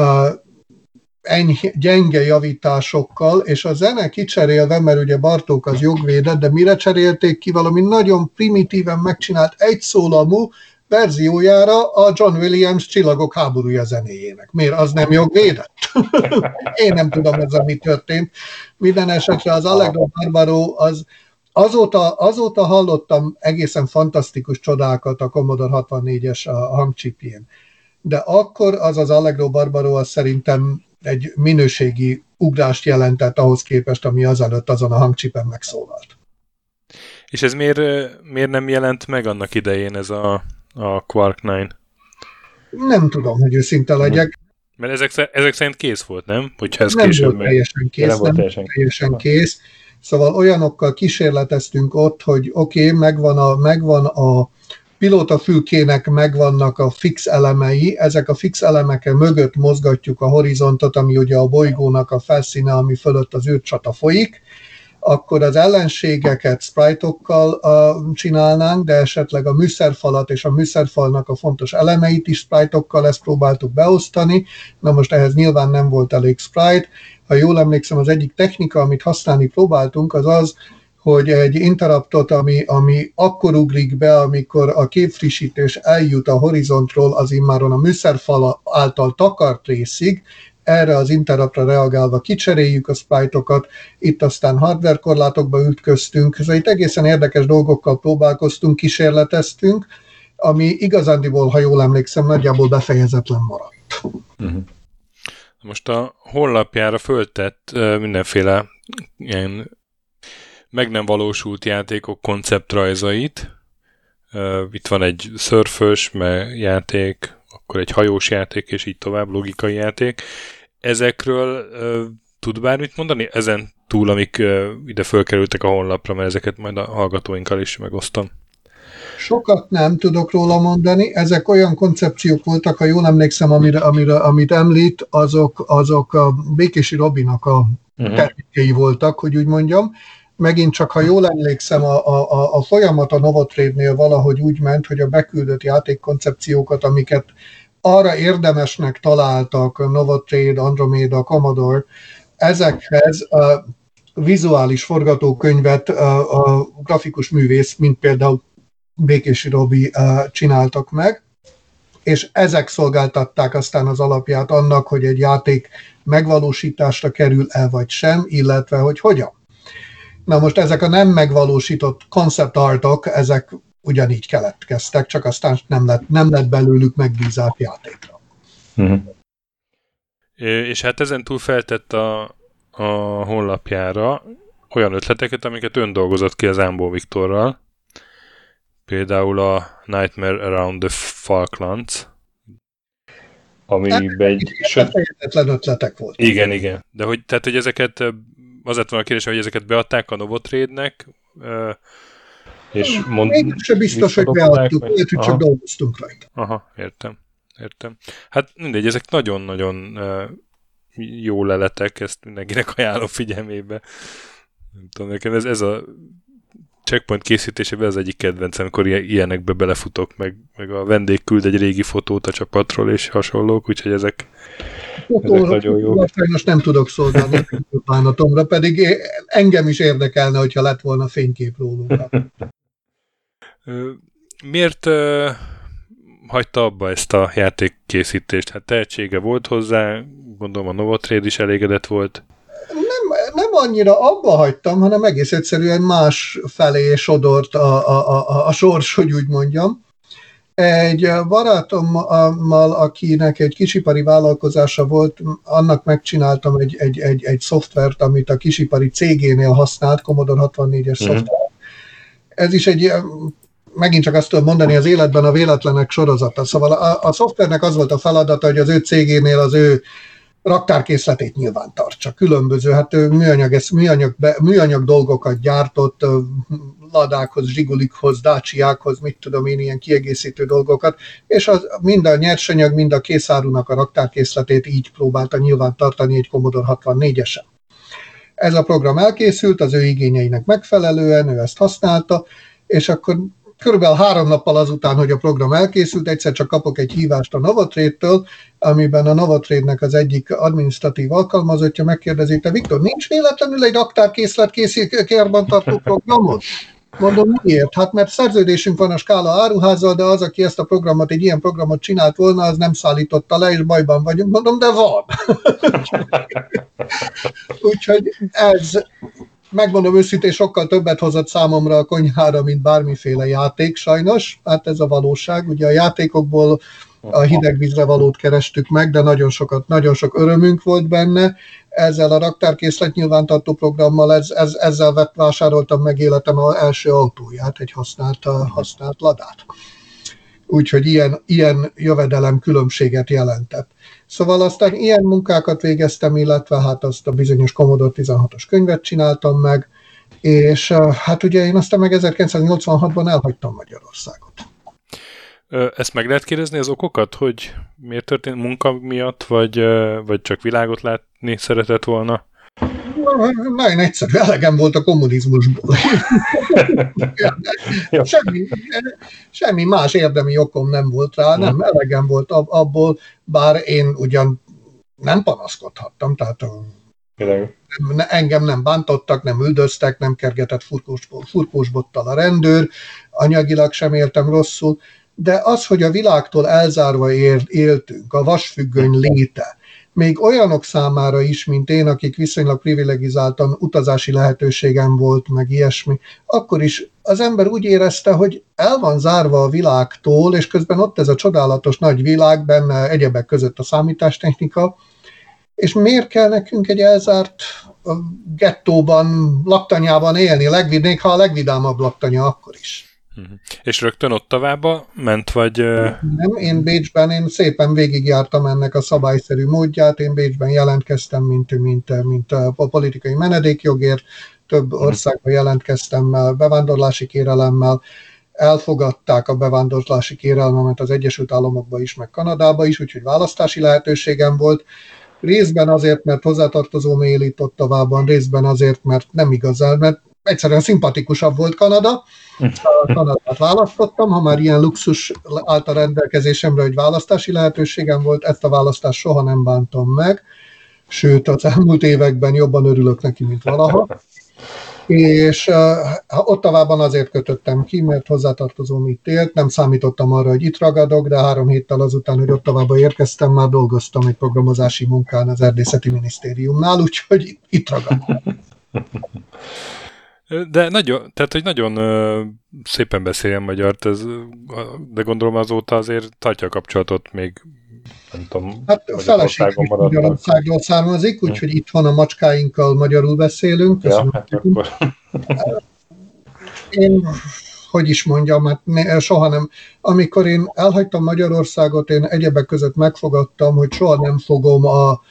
gyenge javításokkal, és a zene kicserélve, mert ugye Bartók az jogvédett, de mire cserélték ki? Valami nagyon primitíven megcsinált egyszólamú verziójára a John Williams Csillagok háborúja zenéjének. Miért? Az nem jogvédett? Én nem tudom, ez mi történt. Minden esetre az Allegro Barbaro Azóta hallottam egészen fantasztikus csodákat a Commodore 64-es a hangchipjén. De akkor az Allegro Barbaro az szerintem egy minőségi ugrást jelentett ahhoz képest, ami azelőtt azon a hangchipen megszólalt. És ez miért nem jelent meg annak idején ez a Quark 9? Nem tudom, hogy őszinte legyek. Mert ezek szerint kész volt, nem? Hogyha ez nem később volt teljesen kész, nem volt teljesen kész. Szóval olyanokkal kísérleteztünk ott, hogy oké, megvan a pilótafülkének megvannak a fix elemei, ezek a fix elemeken mögött mozgatjuk a horizontot, ami ugye a bolygónak a felszíne, ami fölött az űrcsata folyik, akkor az ellenségeket sprite-okkal csinálnánk, de esetleg a műszerfalat és a műszerfalnak a fontos elemeit is sprite-okkal, ezt próbáltuk beosztani. Na most ehhez nyilván nem volt elég sprite. Ha jól emlékszem, az egyik technika, amit használni próbáltunk, az, hogy egy interruptot, ami akkor ugrik be, amikor a képfrissítés eljut a horizontról az immáron a műszerfal által takart részig, erre az interruptra reagálva kicseréljük a sprite-okat, itt aztán hardware korlátokba ütköztünk, szóval itt egészen érdekes dolgokkal próbálkoztunk, kísérleteztünk, ami igazándiból, ha jól emlékszem, nagyjából befejezetlen maradt. Most a honlapjára föltett mindenféle ilyen meg nem valósult játékok konceptrajzait. Itt van egy szörfös játék, akkor egy hajós játék, és így tovább, logikai játék. Ezekről tud bármit mondani? Ezen túl, amik ide fölkerültek a honlapra, mert ezeket majd a hallgatóinkkal is megosztom. Sokat nem tudok róla mondani. Ezek olyan koncepciók voltak, ha jól emlékszem, amit említ, azok a Békési Robinak a termékei voltak, hogy úgy mondjam. Megint csak, ha jól emlékszem, a folyamat a Novotrade-nél valahogy úgy ment, hogy a beküldött játékkoncepciókat, amiket arra érdemesnek találtak Novotrade, Andromeda, Commodore, ezekhez a vizuális forgatókönyvet a grafikus művész, mint például Békési Robi csináltak meg, és ezek szolgáltatták aztán az alapját annak, hogy egy játék megvalósításra kerül-e vagy sem, illetve hogy hogyan. Na most ezek a nem megvalósított concept artok, ezek ugyanígy keletkeztek, csak aztán nem lett belőlük megbízált játékra. És hát ezen túl feltett a honlapjára olyan ötleteket, amiket ön dolgozott ki az Ámbó Viktorral. Például a Nightmare Around the Falklands. Amiben egy... Fejezetlen ötletek voltak. Igen. De hogy ezeket, az lett volna a kérdés, hogy ezeket beadták a Novotrade-nek, és még se biztos, hogy beadtuk, lehet, hogy csak dolgoztunk rajta. Aha, értem. Hát mindegy, ezek nagyon-nagyon jó leletek, ezt mindenkinek ajánlom figyelmébe. Nem tudom, nekem ez a checkpoint készítésében az egyik kedvencem, amikor ilyenekbe belefutok, meg a vendég küld egy régi fotót a csapatról és hasonlók, úgyhogy ezek nagyon jók. Most nem tudok szolgálni a bánatomra, pedig engem is érdekelne, hogyha lett volna fénykép róluk. Miért hagyta abba ezt a játékkészítést? Hát tehetsége volt hozzá, gondolom a Novotrade is elégedett volt. Nem annyira abba hagytam, hanem egész egyszerűen más felé sodort a sors, hogy úgy mondjam. Egy barátommal, akinek egy kisipari vállalkozása volt, annak megcsináltam egy szoftvert, amit a kisipari cégénél használt, Commodore 64-es szoftver. Ez is megint csak azt tudom mondani, az életben a véletlenek sorozata. Szóval a szoftvernek az volt a feladata, hogy az ő cégénél az ő raktárkészletét nyilván tartsa. Különböző, hát ő műanyag dolgokat gyártott, ladákhoz, zsigulikhoz, dácsiákhoz, mit tudom én, ilyen kiegészítő dolgokat, és mind a nyersanyag, mind a készárunak a raktárkészletét így próbálta nyilván tartani egy Commodore 64-esen. Ez a program elkészült az ő igényeinek megfelelően, ő ezt használta, és akkor körülbelül 3 nappal azután, hogy a program elkészült, egyszer csak kapok egy hívást a Novotrade-től, amiben a Novotrade-nek az egyik adminisztratív alkalmazottja megkérdezi, te Viktor, nincs véletlenül egy raktárkészlet karbantartó programod? Mondom, miért? Hát mert szerződésünk van a Skála áruházzal, de az, aki ezt a programot, egy ilyen programot csinált volna, az nem szállította le, és bajban vagyunk. Mondom, de van. Úgyhogy megmondom őszintén, sokkal többet hozott számomra a konyhára, mint bármiféle játék, sajnos. Hát ez a valóság. Ugye a játékokból a hideg vízre valót kerestük meg, de nagyon sok örömünk volt benne. Ezzel a raktárkészlet nyilvántartó programmal ezzel vásároltam meg életem az első autóját, egy használt Ladát. Úgyhogy ilyen jövedelem különbséget jelentett. Szóval aztán ilyen munkákat végeztem, illetve hát azt a bizonyos Commodore 16-os könyvet csináltam meg, és hát ugye én aztán meg 1986-ban elhagytam Magyarországot. Ezt meg lehet kérdezni az okokat, hogy miért történt, munka miatt, vagy csak világot látni szeretett volna? Nagyon egyszerű, elegem volt a kommunizmusból. Semmi más érdemi okom nem volt rá, nem, elegem volt abból, bár én ugyan nem panaszkodhattam, tehát engem nem bántottak, nem üldöztek, nem kergetett furkósbottal a rendőr, anyagilag sem éltem rosszul, de az, hogy a világtól elzárva éltünk, a vasfüggöny léte, még olyanok számára is, mint én, akik viszonylag privilegizáltan utazási lehetőségem volt, meg ilyesmi, akkor is az ember úgy érezte, hogy el van zárva a világtól, és közben ott ez a csodálatos nagy világ, benne egyebek között a számítástechnika, és miért kell nekünk egy elzárt gettóban, laktanyában élni, még ha a legvidámabb laktanya akkor is. És rögtön Ottavába ment, vagy... Nem, én Bécsben, én szépen végigjártam ennek a szabályszerű módját, én Bécsben jelentkeztem, mint a politikai menedékjogért, több országban jelentkeztem bevándorlási kérelemmel, elfogadták a bevándorlási kérelmemet az Egyesült Államokba is, meg Kanadába is, úgyhogy választási lehetőségem volt. Részben azért, mert hozzátartozóm él itt Ottavában, részben azért, mert nem igazán, mert egyszerűen szimpatikusabb volt Kanada. A Kanadát választottam, ha már ilyen luxus állt a rendelkezésemre, hogy választási lehetőségem volt, ezt a választást soha nem bántam meg, sőt, az elmúlt években jobban örülök neki, mint valaha. És Ottavában azért kötöttem ki, mert hozzátartozóm itt élt, nem számítottam arra, hogy itt ragadok, de 3 héttel azután, hogy Ottavába érkeztem, már dolgoztam egy programozási munkán az Erdészeti Minisztériumnál, úgyhogy itt ragadtam. De nagyon szépen beszéljen magyart, de gondolom azóta azért tartja a kapcsolatot még, nem tudom, hát a feleségem Magyarországról származik, úgyhogy itthon a macskáinkkal magyarul beszélünk. Ja, hát akkor. Én, hogy is mondjam, hát soha nem. Amikor én elhagytam Magyarországot, én egyebek között megfogadtam, hogy soha nem fogom a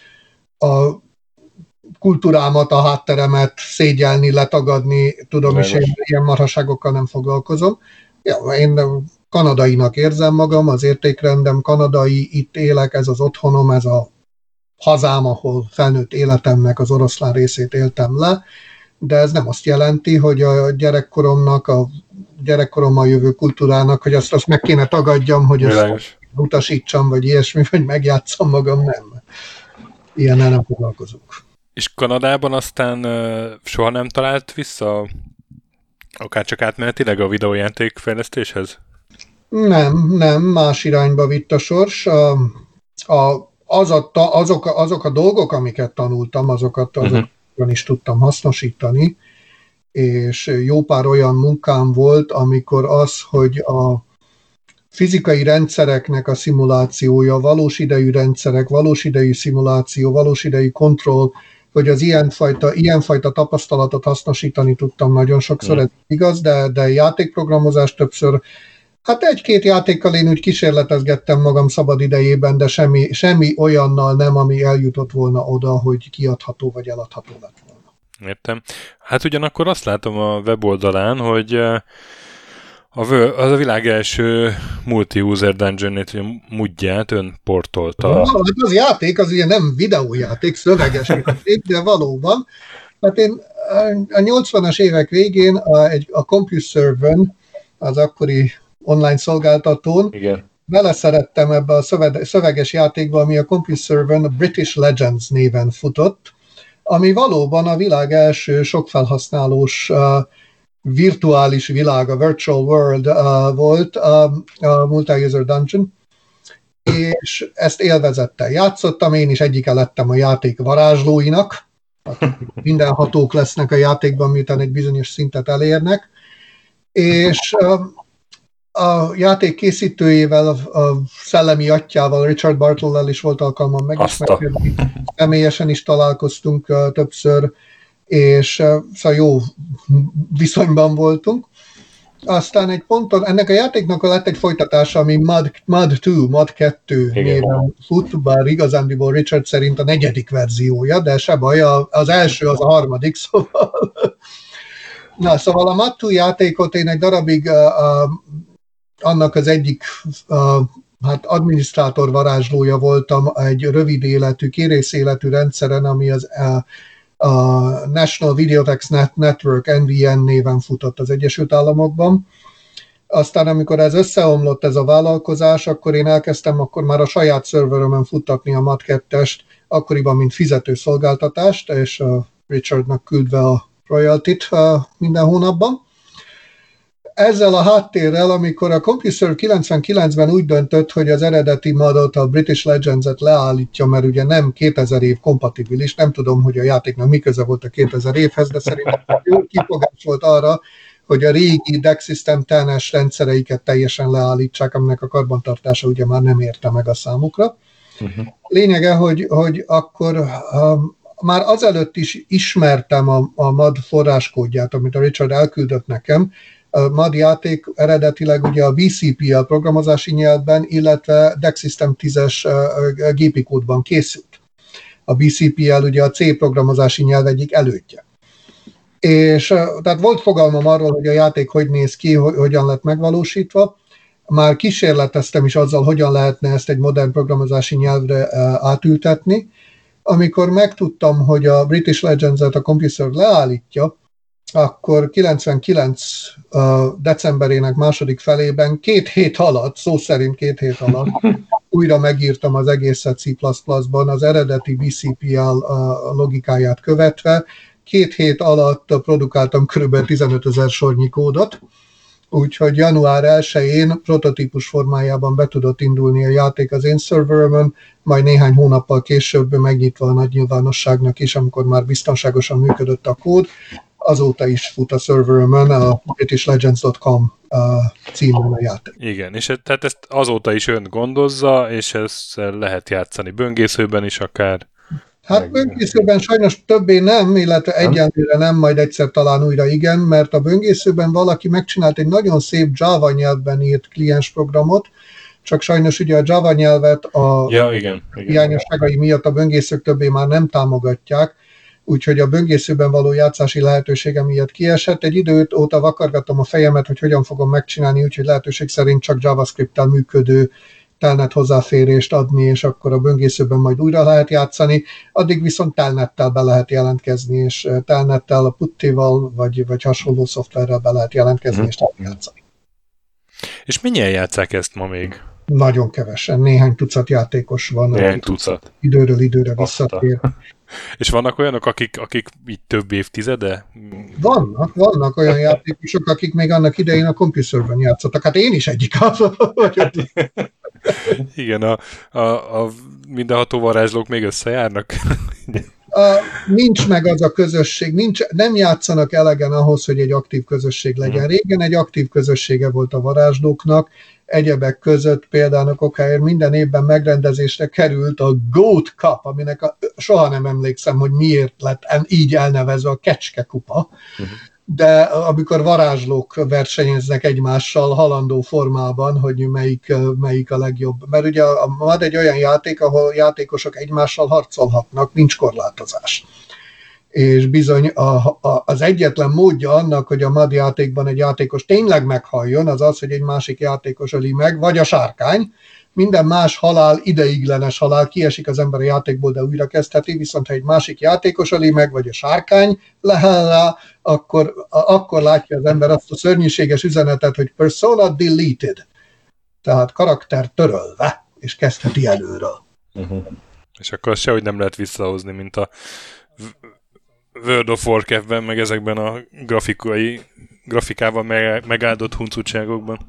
kultúrámat, a hátteremet szégyelni, letagadni, tudom, és én ilyen marhaságokkal nem foglalkozom. Ja, én kanadainak érzem magam, az értékrendem kanadai, itt élek, ez az otthonom, ez a hazám, ahol felnőtt életemnek az oroszlán részét éltem le, de ez nem azt jelenti, hogy a gyerekkorommal jövő kultúrának, hogy azt meg kéne tagadjam, hogy ezt utasítsam, vagy ilyesmi, vagy megjátszam magam, nem. Ilyennel nem foglalkozunk. És Kanadában aztán soha nem talált vissza, akár csak átmenetileg a videójáték fejlesztéshez? Nem, más irányba vitt a sors. Azok a dolgok, amiket tanultam, azokat is tudtam hasznosítani, és jó pár olyan munkám volt, amikor az, hogy a fizikai rendszereknek a szimulációja, valós idejű rendszerek, valós idejű szimuláció, valós idejű kontroll, hogy az ilyenfajta tapasztalatot hasznosítani tudtam nagyon sokszor, ez igaz, de játékprogramozás többször, hát 1-2 játékkal én úgy kísérletezgettem magam szabad idejében, de semmi olyannal nem, ami eljutott volna oda, hogy kiadható vagy eladható lett volna. Értem. Hát ugyanakkor azt látom a weboldalán, hogy az a világ első multi-user dungeon-ét, hogy a mudját ön portolta. Hát az játék, az ugye nem videójáték, szöveges játék, de valóban. Hát én a 80-as évek végén a CompuServe-ön, az akkori online szolgáltatón, beleszerettem ebbe a szöveges játékba, ami a CompuServe-ön a British Legends néven futott, ami valóban a világ első sokfelhasználós virtuális világ, a Virtual World volt, a Multi-User Dungeon, és ezt élvezettel játszottam, én is egyike lettem a játék varázslóinak, mindenhatók lesznek a játékban, miután egy bizonyos szintet elérnek, és a játék készítőjével, a szellemi atyjával, Richard Bartlell is volt alkalmam megismerkedni. Személyesen is találkoztunk többször, és szóval jó viszonyban voltunk. Aztán egy ponton, ennek a játéknak lett egy folytatása, ami Mud 2 néven fut, bár igazándiból Richard szerint a 4. verziója, de se baj, az első az a 3, szóval. Na, szóval a Mud 2 játékot én egy darabig annak az egyik adminisztrátor varázslója voltam egy rövid életű, kérész életű rendszeren, ami a National Videotex Network, NVN néven futott az Egyesült Államokban. Aztán, amikor ez összeomlott, ez a vállalkozás, akkor én elkezdtem akkor már a saját szerverömön futtatni a Mud 2-est, akkoriban, mint fizető szolgáltatást, és Richardnak küldve a royaltit minden hónapban. Ezzel a háttérrel, amikor a CompuServe 99-ben úgy döntött, hogy az eredeti modot, a British Legends-et leállítja, mert ugye nem 2000 év kompatibilis, nem tudom, hogy a játéknak mi köze volt a 2000 évhez, de szerintem jó kifogás volt arra, hogy a régi DEC System 10-es rendszereiket teljesen leállítsák, aminek a karbantartása ugye már nem érte meg a számukra. Lényege, hogy akkor már azelőtt is ismertem a MUD forráskódját, amit a Richard elküldött nekem. A MUD játék eredetileg ugye a BCP-el programozási nyelvben, illetve DEC System 10-es gépi kódban készült. A BCP-el ugye a C programozási nyelv egyik elődje. És tehát volt fogalmam arról, hogy a játék hogy néz ki, hogyan lett megvalósítva. Már kísérleteztem is azzal, hogyan lehetne ezt egy modern programozási nyelvre átültetni. Amikor megtudtam, hogy a British Legends-et a CompuServe leállítja, akkor 99 decemberének második felében 2 hét alatt, szó szerint 2 hét alatt újra megírtam az egészet C++-ban az eredeti BCP-el logikáját követve. 2 hét alatt produkáltam kb. 15 000 sornyi kódot, úgyhogy január 1-én prototípus formájában be tudott indulni a játék az én szerverömön, majd néhány hónappal később megnyitva a nagy nyilvánosságnak is, amikor már biztonságosan működött a kód. Azóta is fut a szerverömön, a britishlegends.com címén a játék. Igen, és tehát ezt azóta is ön gondozza, és ezt lehet játszani böngészőben is akár. Hát böngészőben sajnos többé nem, illetve egyenlőre nem, majd egyszer talán újra igen, mert a böngészőben valaki megcsinált egy nagyon szép Java nyelvben írt kliensprogramot, csak sajnos ugye a Java nyelvet a hiányosságai miatt a böngészők többé már nem támogatják, úgyhogy a böngészőben való játszási lehetősége miatt kiesett. Egy időt óta vakargatom a fejemet, hogy hogyan fogom megcsinálni, úgyhogy lehetőség szerint csak JavaScript-tel működő telnet hozzáférést adni, és akkor a böngészőben majd újra lehet játszani. Addig viszont telnettel be lehet jelentkezni, és telnettel, a puttival, vagy hasonló szoftverrel be lehet jelentkezni, és játszani. És mennyien játsszák ezt ma még? Nagyon kevesen, néhány tucat játékos van. Néhány tucat. Időről időre visszatér. És vannak olyanok, akik így több évtizede? Vannak olyan játékosok, akik még annak idején a CompuServe-en játszottak. Hát én is egyik az vagyok. Igen, a mindenható varázslók még összejárnak? Nincs meg az a közösség, nem játszanak elegen ahhoz, hogy egy aktív közösség legyen. Régen egy aktív közössége volt a varázslóknak, egyebek között például okáért minden évben megrendezésre került a Goat Cup, aminek soha nem emlékszem, hogy miért lett így elnevezve a Kecske kupa, de amikor varázslók versenyeznek egymással halandó formában, hogy melyik a legjobb. Mert ugye a MUD egy olyan játék, ahol játékosok egymással harcolhatnak, nincs korlátozás. És bizony az egyetlen módja annak, hogy a MUD játékban egy játékos tényleg meghalljon, az az, hogy egy másik játékos öli meg, vagy a sárkány. Minden más halál, ideiglenes halál, kiesik az ember a játékból, de újra kezdheti, viszont ha egy másik játékos öli meg, vagy a sárkány lehel rá, akkor látja az ember azt a szörnyűséges üzenetet, hogy persona deleted, tehát karakter törölve, és kezdheti előről. És akkor azt sehogy nem lehet visszahozni, mint a World of Warcraft-ben, meg ezekben a grafikával megáldott huncutságokban.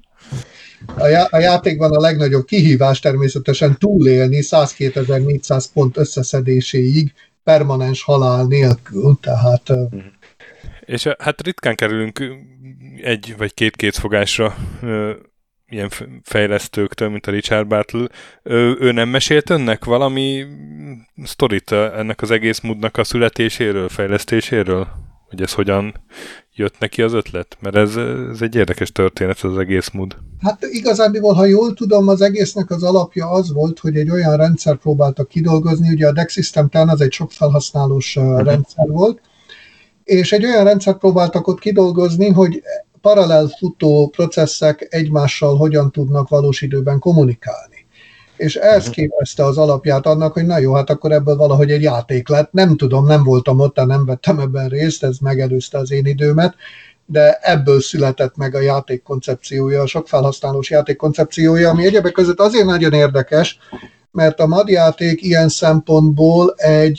A játékban a legnagyobb kihívás természetesen túlélni 102.400 pont összeszedéséig permanens halál nélkül, tehát... És hát ritkán kerülünk egy vagy két kézfogásra ilyen fejlesztőktől, mint a Richard Battle. Ő nem mesélt önnek valami sztorit ennek az egész módnak a születéséről, fejlesztéséről? Hogy ez hogyan jött neki az ötlet? Mert ez egy érdekes történet, ez az egész mód. Hát igazándiból, ha jól tudom, az egésznek az alapja az volt, hogy egy olyan rendszer próbáltak kidolgozni, ugye a DEC System 10 az egy sok felhasználós rendszer volt, és egy olyan rendszert próbáltak ott kidolgozni, hogy paralel futó processzek egymással hogyan tudnak valós időben kommunikálni. És ez képezte az alapját annak, hogy na jó, hát akkor ebből valahogy egy játék lett. Nem tudom, nem voltam ott, nem vettem ebben részt, ez megelőzte az én időmet, de ebből született meg a játék koncepciója, a sok felhasználós játék koncepciója, ami egyebek között azért nagyon érdekes, mert a MAD játék ilyen szempontból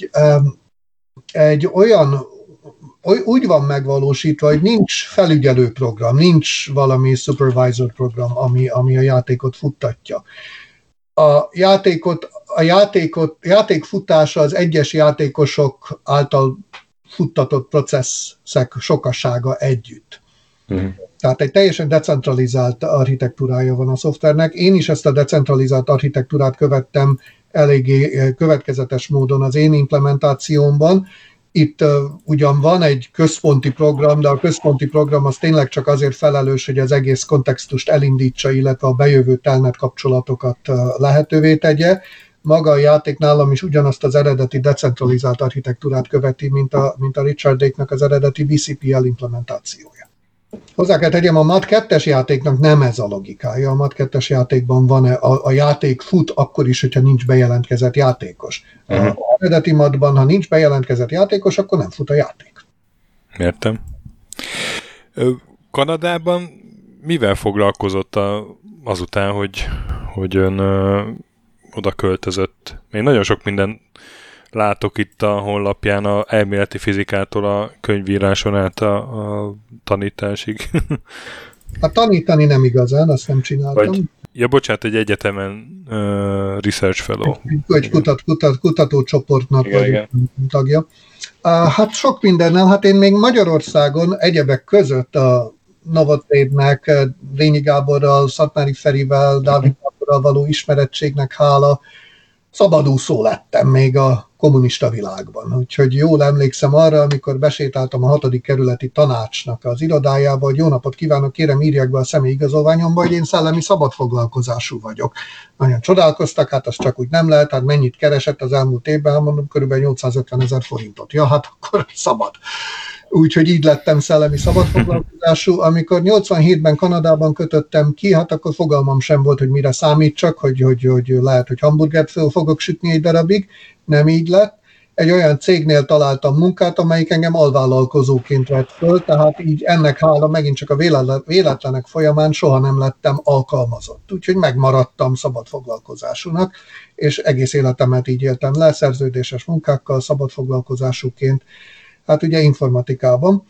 egy olyan, úgy van megvalósítva, hogy nincs felügyelő program, nincs valami supervisor program, ami a játékot futtatja. A játék futása az egyes játékosok által futtatott processzek sokassága együtt. Tehát egy teljesen decentralizált architektúrája van a szoftvernek. Én is ezt a decentralizált architektúrát követtem eléggé következetes módon az én implementációmban. Itt ugyan van egy központi program, de a központi program az tényleg csak azért felelős, hogy az egész kontextust elindítsa, illetve a bejövő telnet kapcsolatokat lehetővé tegye. Maga a játék nálam is ugyanazt az eredeti decentralizált architektúrát követi, mint a Richardéknak az eredeti VCPL implementációja. Hozzá kell tegyem, a MAD 2-es játéknak nem ez a logikája. A MAD 2-es játékban van a játék fut akkor is, hogyha nincs bejelentkezett játékos. Az eredeti MAD-ban, ha nincs bejelentkezett játékos, akkor nem fut a játék. Értem. Kanadában mivel foglalkozott azután, hogy ön oda költözött? Én nagyon sok minden látok itt a honlapján, a elméleti fizikától a könyvíráson át a tanításig. A tanítani nem igazán, azt nem csináltam. Bocsánat, egy egyetemen research fellow. Egy kutatócsoportnak vagyok tagja. Hát sok mindennel, hát én még Magyarországon egyebek között a Novotrade-nek, Rényi Gáborral, Szatmári Ferivel, Dávid Gáborral való ismerettségnek hála szabadúszó lettem még a kommunista világban. Úgyhogy jól emlékszem arra, amikor besétáltam a 6. kerületi tanácsnak az irodájába, hogy jó napot kívánok, kérem írják be a személyigazolványomba, hogy én szellemi szabadfoglalkozású vagyok. Nagyon csodálkoztak, hát az csak úgy nem lehet, hát mennyit keresett az elmúlt évben, mondom, körülbelül 850 000 forintot. Ja, hát akkor szabad. Úgyhogy így lettem szellemi szabadfoglalkozású. Amikor 87-ben Kanadában kötöttem ki, hát akkor fogalmam sem volt, hogy mire számítsak, hogy lehet, hogy hamburgert föl fogok sütni egy darabig. Nem így lett. Egy olyan cégnél találtam munkát, amelyik engem alvállalkozóként vett föl, tehát így ennek hála megint csak a véletlenek folyamán soha nem lettem alkalmazott. Úgyhogy megmaradtam szabadfoglalkozásúnak, és egész életemet így éltem le, szerződéses munkákkal, szabadfoglalkozásúként. Hát ugye informatikában.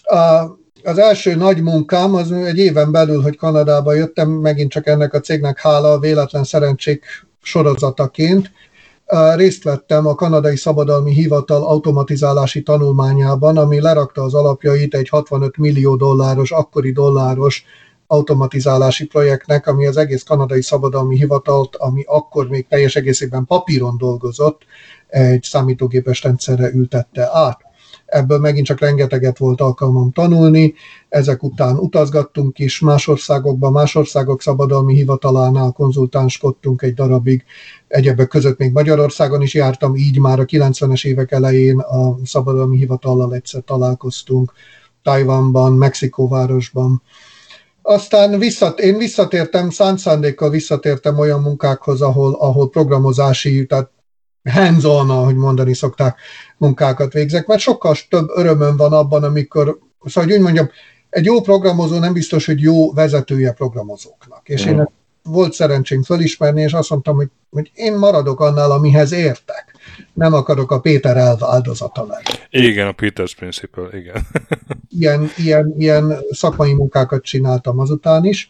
Az első nagy munkám az egy éven belül, hogy Kanadába jöttem, megint csak ennek a cégnek hála a véletlen szerencsék sorozataként. Részt vettem a Kanadai Szabadalmi Hivatal automatizálási tanulmányában, ami lerakta az alapjait egy 65 millió dolláros, akkori dolláros automatizálási projektnek, ami az egész Kanadai Szabadalmi Hivatalt, ami akkor még teljes egészében papíron dolgozott, egy számítógépes rendszerre ültette át. Ebből megint csak rengeteget volt alkalmam tanulni, ezek után utazgattunk is más országokba, más országok szabadalmi hivatalánál konzultánskodtunk egy darabig, egyebek között még Magyarországon is jártam, így már a 90-es évek elején a szabadalmi hivatallal egyszer találkoztunk, Tajvanban, Mexikóvárosban. Aztán én visszatértem, szánt szándékkal visszatértem olyan munkákhoz, ahol programozási, tehát hands-on, ahogy mondani szokták, munkákat végzek, mert sokkal több örömöm van abban, amikor, szóval, hogy úgy mondjam, egy jó programozó nem biztos, hogy jó vezetője programozóknak. És én volt szerencsém fölismerni, és azt mondtam, hogy én maradok annál, amihez értek. Nem akarok a Péter elv áldozata lenni. Igen, a Peter's Principle, igen. Ilyen szakmai munkákat csináltam azután is.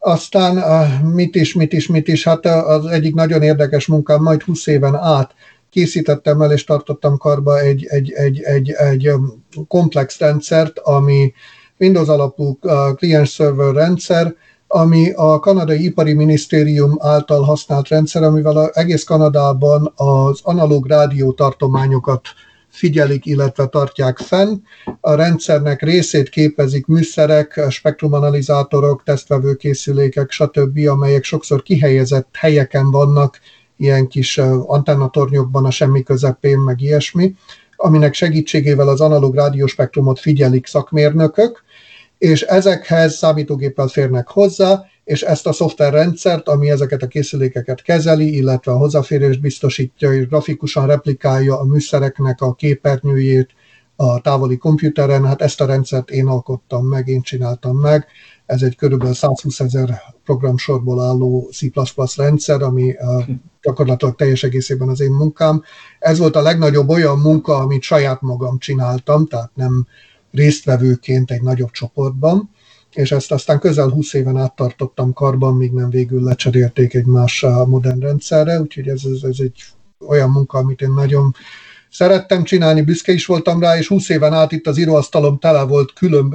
Aztán mit is, hát az egyik nagyon érdekes munkám, majd 20 éven át készítettem el és tartottam karba egy komplex rendszert, ami Windows alapú client-server rendszer, ami a kanadai ipari minisztérium által használt rendszer, amivel egész Kanadában az analóg rádió tartományokat figyelik, illetve tartják fenn. A rendszernek részét képezik műszerek, spektrumanalizátorok, tesztvevőkészülékek, stb., amelyek sokszor kihelyezett helyeken vannak, ilyen kis antennatornyokban a semmi közepén, meg ilyesmi, aminek segítségével az analóg rádióspektrumot figyelik szakmérnökök, és ezekhez számítógéppel férnek hozzá, és ezt a szoftverrendszert, ami ezeket a készülékeket kezeli, illetve a hozzáférést biztosítja, és grafikusan replikálja a műszereknek a képernyőjét a távoli komputeren, hát ezt a rendszert én alkottam meg, én csináltam meg. Ez egy körülbelül 120 000 programsorból álló C++ rendszer, ami gyakorlatilag teljes egészében az én munkám. Ez volt a legnagyobb olyan munka, amit saját magam csináltam, tehát nem résztvevőként egy nagyobb csoportban, és ezt aztán közel 20 éven át tartottam karban, míg nem végül lecserélték egy más modern rendszerre, úgyhogy ez egy olyan munka, amit én nagyon szerettem csinálni, büszke is voltam rá, és 20 éven át itt az íróasztalom tele volt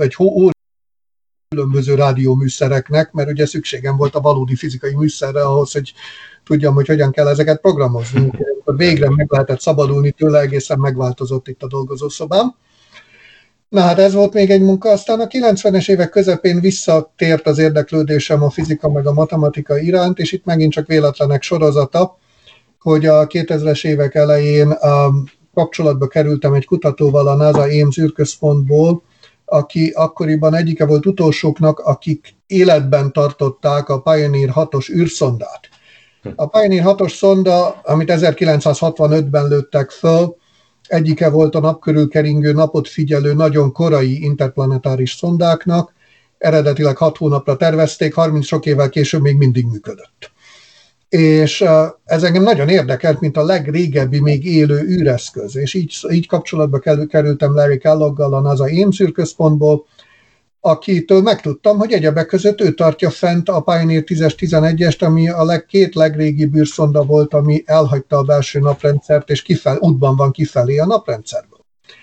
különböző rádióműszereknek, mert ugye szükségem volt a valódi fizikai műszerre ahhoz, hogy tudjam, hogy hogyan kell ezeket programozni. Végre meg lehetett szabadulni tőle, egészen megváltozott itt a dolgozószobám. Na hát ez volt még egy munka, aztán a 90-es évek közepén visszatért az érdeklődésem a fizika meg a matematika iránt, és itt megint csak véletlenek sorozata, hogy a 2000-es évek elején kapcsolatba kerültem egy kutatóval a NASA Ames űrközpontból, aki akkoriban egyike volt utolsóknak, akik életben tartották a Pioneer 6-os űrszondát. A Pioneer 6-os szonda, amit 1965-ben lőttek föl, egyike volt a nap körül keringő napot figyelő nagyon korai interplanetáris szondáknak, eredetileg 6 hónapra tervezték, 30 sok évvel később még mindig működött. És ez engem nagyon érdekelt, mint a legrégebbi még élő űreszköz, és így kapcsolatba kerültem Larry Kelloggal a NASA Ames űrközpontból, akitől megtudtam, hogy egyebek között ő tartja fent a Pioneer 10-es, 11-est, ami a két legrégibb űrszonda volt, ami elhagyta a belső naprendszert, és útban van kifelé a naprendszerből.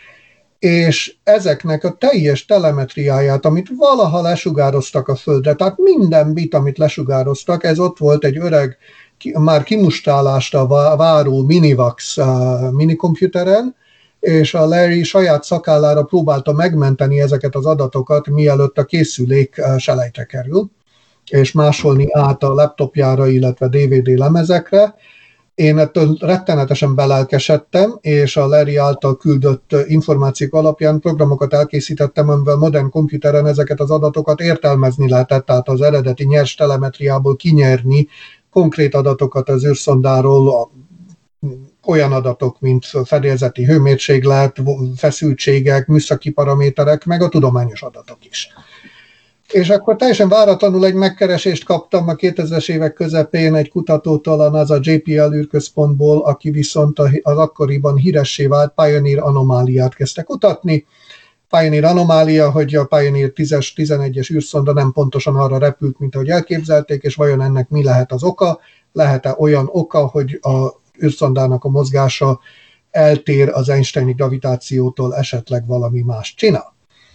És ezeknek a teljes telemetriáját, amit valaha lesugároztak a Földre, tehát minden bit, amit lesugároztak, ez ott volt egy öreg, már kimustálásra váró Minivax minikomputeren, és a Larry saját szakállára próbálta megmenteni ezeket az adatokat, mielőtt a készülék selejtre kerül, és másolni át a laptopjára, illetve DVD lemezekre. Én ettől rettenetesen belelkesedtem, és a Larry által küldött információk alapján programokat elkészítettem, amivel modern komputeren ezeket az adatokat értelmezni lehetett, tehát az eredeti nyers telemetriából kinyerni konkrét adatokat az űrszondáról, olyan adatok, mint fedélzeti hőmérséklet, feszültségek, műszaki paraméterek, meg a tudományos adatok is. És akkor teljesen váratlanul egy megkeresést kaptam a 2000-es évek közepén egy kutatótól a NASA JPL űrközpontból, aki viszont az akkoriban híressé vált Pioneer anomáliát kezdte kutatni. Pioneer anomália, hogy a Pioneer 10-es, 11-es űrszonda nem pontosan arra repült, mint ahogy elképzelték, és vajon ennek mi lehet az oka? Lehet-e olyan oka, hogy a űrszondának a mozgása eltér az Einsteini gravitációtól, esetleg valami más csinál.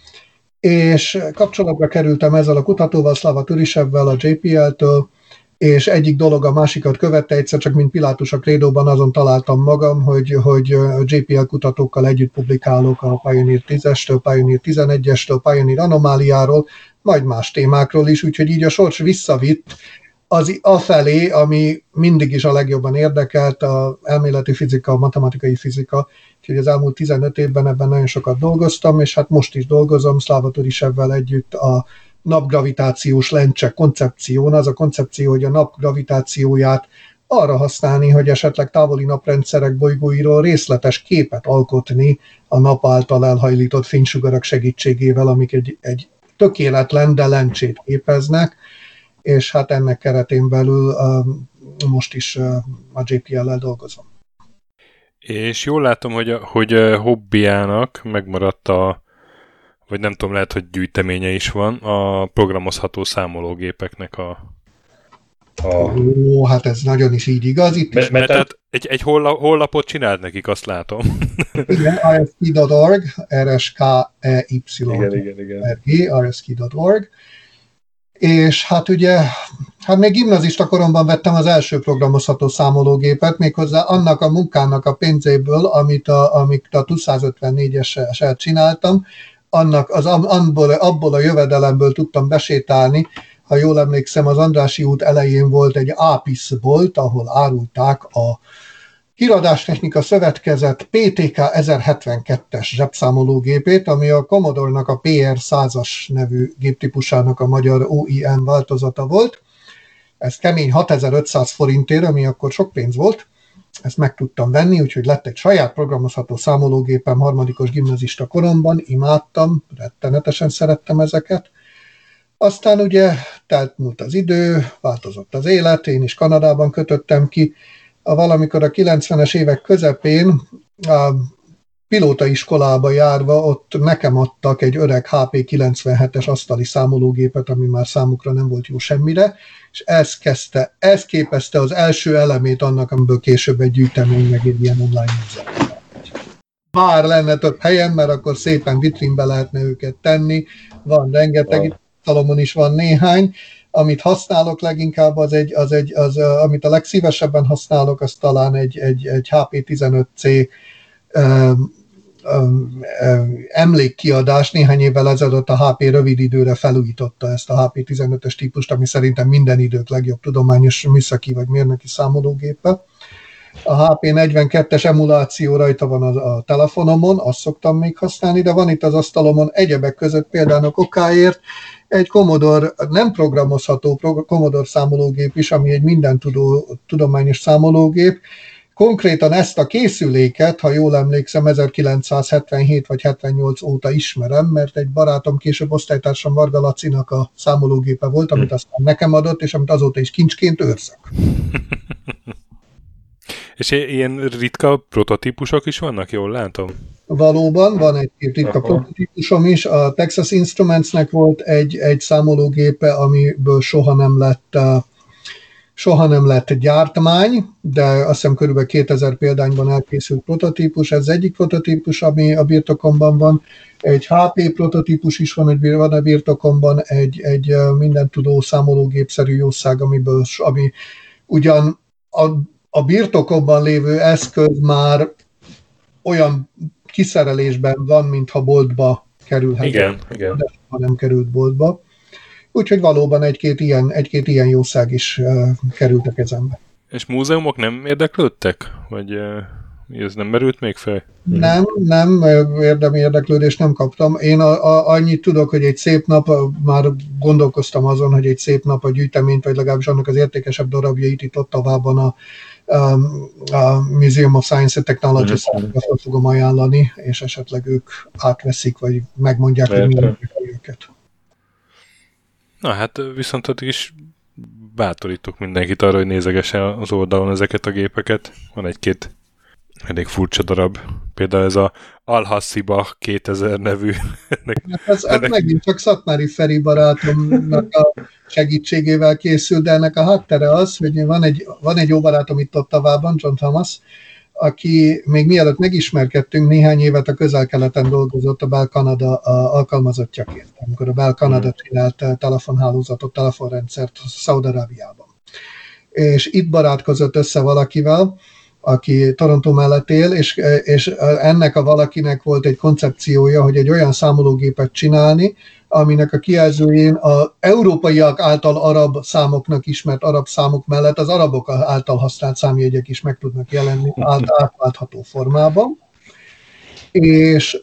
És kapcsolatba kerültem ezzel a kutatóval, Slava Turisevvel a JPL-től, és egyik dolog a másikat követte, egyszer csak mint Pilátus a Krédóban azon találtam magam, hogy a JPL kutatókkal együtt publikálok a Pioneer 10-estől, Pioneer 11-estől, Pioneer anomáliáról, majd más témákról is, úgyhogy így a sors visszavitt az afelé, ami mindig is a legjobban érdekelt, az elméleti fizika, a matematikai fizika, úgyhogy az elmúlt 15 évben ebben nagyon sokat dolgoztam, és hát most is dolgozom Slava Turisevvel együtt a napgravitációs lencse koncepción. Az a koncepció, hogy a nap gravitációját arra használni, hogy esetleg távoli naprendszerek bolygóiról részletes képet alkotni a nap által elhajlított fénysugarak segítségével, amik egy tökéletlen, de lencsét képeznek, és hát ennek keretén belül most is a JPL-lel dolgozom. És jól látom, hogy hobbiának megmaradt vagy nem tudom, lehet, hogy gyűjteménye is van, a programozható számológépeknek a Ó, hát ez nagyon is így igaz. Itt is. Mert tehát egy honlapot csinált nekik, azt látom. Igen, rsk.org, rsk.org, rsk.org. És hát ugye, hát még gimnazista koromban vettem az első programozható számológépet, méghozzá annak a munkának a pénzéből, amit a TUS 154-essel csináltam, abból a jövedelemből tudtam besétálni. Ha jól emlékszem, az Andrássy út elején volt egy Ápisz bolt, ahol árulták a Híradástechnika Szövetkezet PTK 1072-es zsebszámológépét, ami a Commodore-nak a PR 100-as nevű géptípusának a magyar OIM változata volt. Ez kemény 6500 forintért, ami akkor sok pénz volt. Ezt meg tudtam venni, úgyhogy lett egy saját programozható számológépem harmadikos gimnazista koromban, imádtam, rettenetesen szerettem ezeket. Aztán ugye múlt az idő, változott az élet, én is Kanadában kötöttem ki. Valamikor a 90-es évek közepén a pilótaiskolába járva ott nekem adtak egy öreg HP97-es asztali számológépet, ami már számukra nem volt jó semmire, és ez képezte az első elemét annak, amiből később egy gyűjtemény, meg egy ilyen online múzeum. Bár lenne több helyen, mert akkor szépen vitrínbe lehetne őket tenni, van rengeteg, Salomon is van néhány. Amit használok leginkább, amit a legszívesebben használok, az talán egy HP15C emlékkiadás. Néhány évvel ezelőtt a HP rövid időre felújította ezt a HP15-ös típust, ami szerintem minden idők legjobb tudományos műszaki vagy mérnöki számológépe. A HP42-es emuláció rajta van a telefonomon, azt szoktam még használni, de van itt az asztalomon egyebek között például okáért egy Commodore, nem programozható Commodore számológép is, ami egy mindentudó tudományos számológép. Konkrétan ezt a készüléket, ha jól emlékszem, 1977 vagy 78 óta ismerem, mert egy barátom, később osztálytársam Varga Lacinak a számológépe volt, amit aztán nekem adott, és amit azóta is kincsként őrzök. És ilyen ritka prototípusok is vannak, jól látom? Valóban, van egy-két ritka prototípusom is. A Texas Instrumentsnek volt egy számológépe, amiből soha nem lett gyártmány, de azt hiszem körülbelül 2000 példányban elkészült prototípus. Ez egyik prototípus, ami a birtokomban van. Egy HP prototípus is van a birtokomban, egy mindentudó számológépszerű jószág, ami ugyan a birtokomban lévő eszköz már olyan kiszerelésben van, mintha boltba kerülhet. Igen. De ha nem került boltba. Úgyhogy valóban egy-két ilyen jószág is került a kezembe. És múzeumok nem érdeklődtek? Vagy ez nem merült még fel? Nem, érdemi érdeklődést nem kaptam. Én annyit tudok, hogy egy szép nap, már gondolkoztam azon, hogy egy szép nap a gyűjteményt, vagy legalábbis annak az értékesebb darabjait itt Ottawában a Museum of Science and Technology számára fogom ajánlani, és esetleg ők átveszik, vagy megmondják, hogy mi őket. Na hát viszont addig is bátorítok mindenkit arra, hogy nézegesse az oldalon ezeket a gépeket. Van egy-két elég furcsa darab. Például ez a Al-Hassiba 2000 nevű. Ez megint csak Szatmári Feri barátomnak a segítségével készült, de ennek a háttere az, hogy van egy jó barátom itt Ottawában, John Thomas, aki még mielőtt megismerkedtünk, néhány évet a Közel-Keleten dolgozott a Bell Canada alkalmazottjaként, amikor a Bell Canada csinált telefonhálózatot, telefonrendszert Szaúd-Arábiában. És itt barátkozott össze valakivel, aki Toronto mellett él, és ennek a valakinek volt egy koncepciója, hogy egy olyan számológépet csinálni, aminek a kijelzőjén az európaiak által arab számoknak ismert arab számok mellett az arabok által használt számjegyek is meg tudnak jelenni átlátható formában. És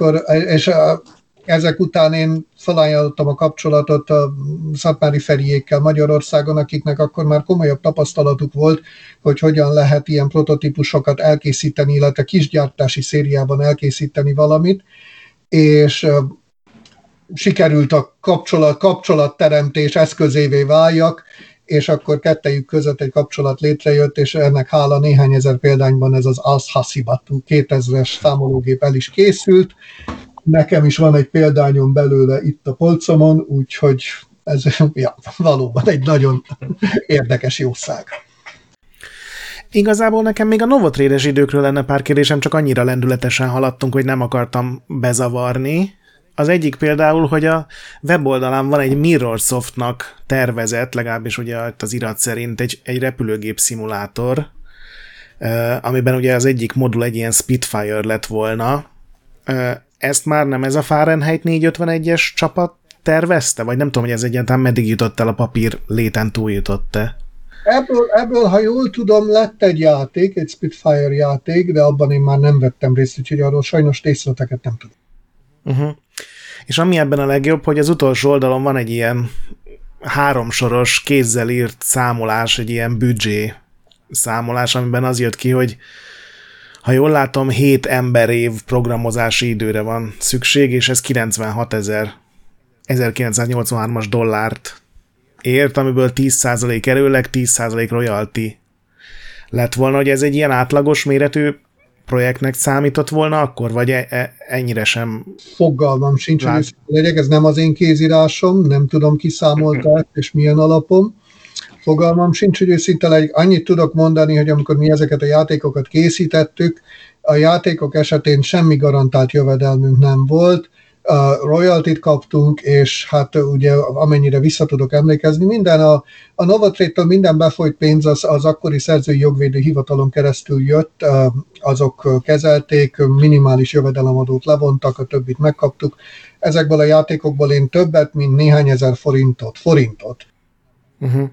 ezek után én felajánlottam a kapcsolatot a Szatmári Feriékkel Magyarországon, akiknek akkor már komolyabb tapasztalatuk volt, hogy hogyan lehet ilyen prototípusokat elkészíteni, illetve kisgyártási szériában elkészíteni valamit, és sikerült a kapcsolatteremtés eszközévé váljak, és akkor kettejük között egy kapcsolat létrejött, és ennek hála néhány ezer példányban ez az Al-Hassiba 2000-es számológép el is készült. Nekem is van egy példányom belőle itt a polcomon, úgyhogy Ez valóban egy nagyon érdekes jószág. Igazából nekem még a Novotrade-es időkről lenne pár kérdésem, csak annyira lendületesen haladtunk, hogy nem akartam bezavarni. Az egyik például, hogy a weboldalán van egy Mirrorsoftnak tervezett, legalábbis ugye az irat szerint egy repülőgép szimulátor, amiben ugye az egyik modul egy ilyen Spitfire lett volna. Ezt már nem ez a Fahrenheit 451-es csapat tervezte? Vagy nem tudom, hogy ez egyáltalán meddig jutott el a papír léten túljutott-e? Ebből, ha jól tudom, lett egy játék, egy Spitfire játék, de abban én már nem vettem részt, úgyhogy arról sajnos részleteket nem tudom. Uh-huh. És ami ebben a legjobb, hogy az utolsó oldalon van egy ilyen 3-soros kézzel írt számolás, egy ilyen büdzsé számolás, amiben az jött ki, hogy ha jól látom, 7 emberév programozási időre van szükség, és ez 1983-as dollárt ért, amiből 10% erőleg, 10% royalty lett volna, hogy ez egy ilyen átlagos méretű projektnek számított volna akkor, vagy ennyire sem? Fogalmam sincs, hogy ez nem az én kézírásom, nem tudom, ki számolták, és milyen alapon. Fogalmam sincs, hogy őszinte legyek. Annyit tudok mondani, hogy amikor mi ezeket a játékokat készítettük, a játékok esetén semmi garantált jövedelmünk nem volt, royaltit kaptunk, és hát ugye amennyire vissza tudok emlékezni, minden a Novotrade-től minden befolyt pénz az akkori szerzői jogvédő hivatalon keresztül jött, azok kezelték, minimális jövedelemadót levontak, a többit megkaptuk. Ezekből a játékokból én többet, mint néhány ezer forintot. Uh-huh.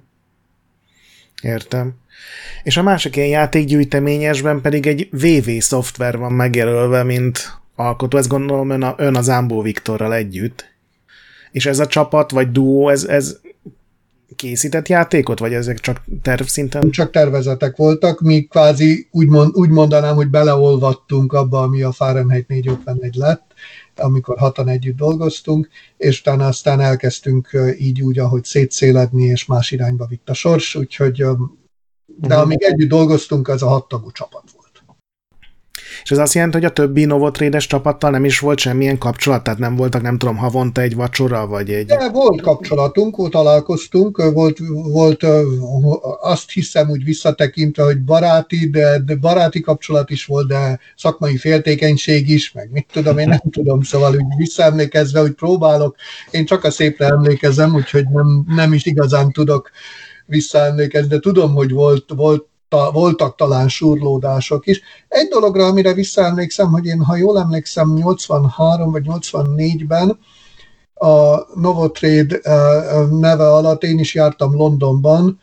Értem. És a másik ilyen játékgyűjteményesben pedig egy VV szoftver van megjelölve, mint alkotó, ezt gondolom ön az Ámbó Viktorral együtt. És ez a csapat, vagy duó, ez készített játékot, vagy ezek csak tervszinten? Csak tervezetek voltak, mi kvázi úgy mondanám, hogy beleolvadtunk abba, ami a Fahrenheit 451 lett, amikor hatan együtt dolgoztunk, és aztán elkezdtünk így úgy, ahogy szétszéledni, és más irányba vitt a sors, úgyhogy de amíg együtt dolgoztunk, ez a 6 tagú csapat volt. És ez azt jelenti, hogy a többi Novotrade-es csapattal nem is volt semmilyen kapcsolat? Tehát nem voltak, nem tudom, havonta egy vacsora, vagy egy... De volt kapcsolatunk, találkoztunk, volt azt hiszem úgy visszatekintve, hogy baráti kapcsolat is volt, de szakmai féltékenység is, meg mit tudom, én nem tudom, szóval úgy visszaemlékezve, hogy próbálok, én csak a szépre emlékezem, úgyhogy nem is igazán tudok visszaemlékezni, de tudom, hogy voltak talán surlódások is. Egy dologra, amire visszaemlékszem, hogy én, ha jól emlékszem, 83 vagy 84-ben a Novotrade neve alatt én is jártam Londonban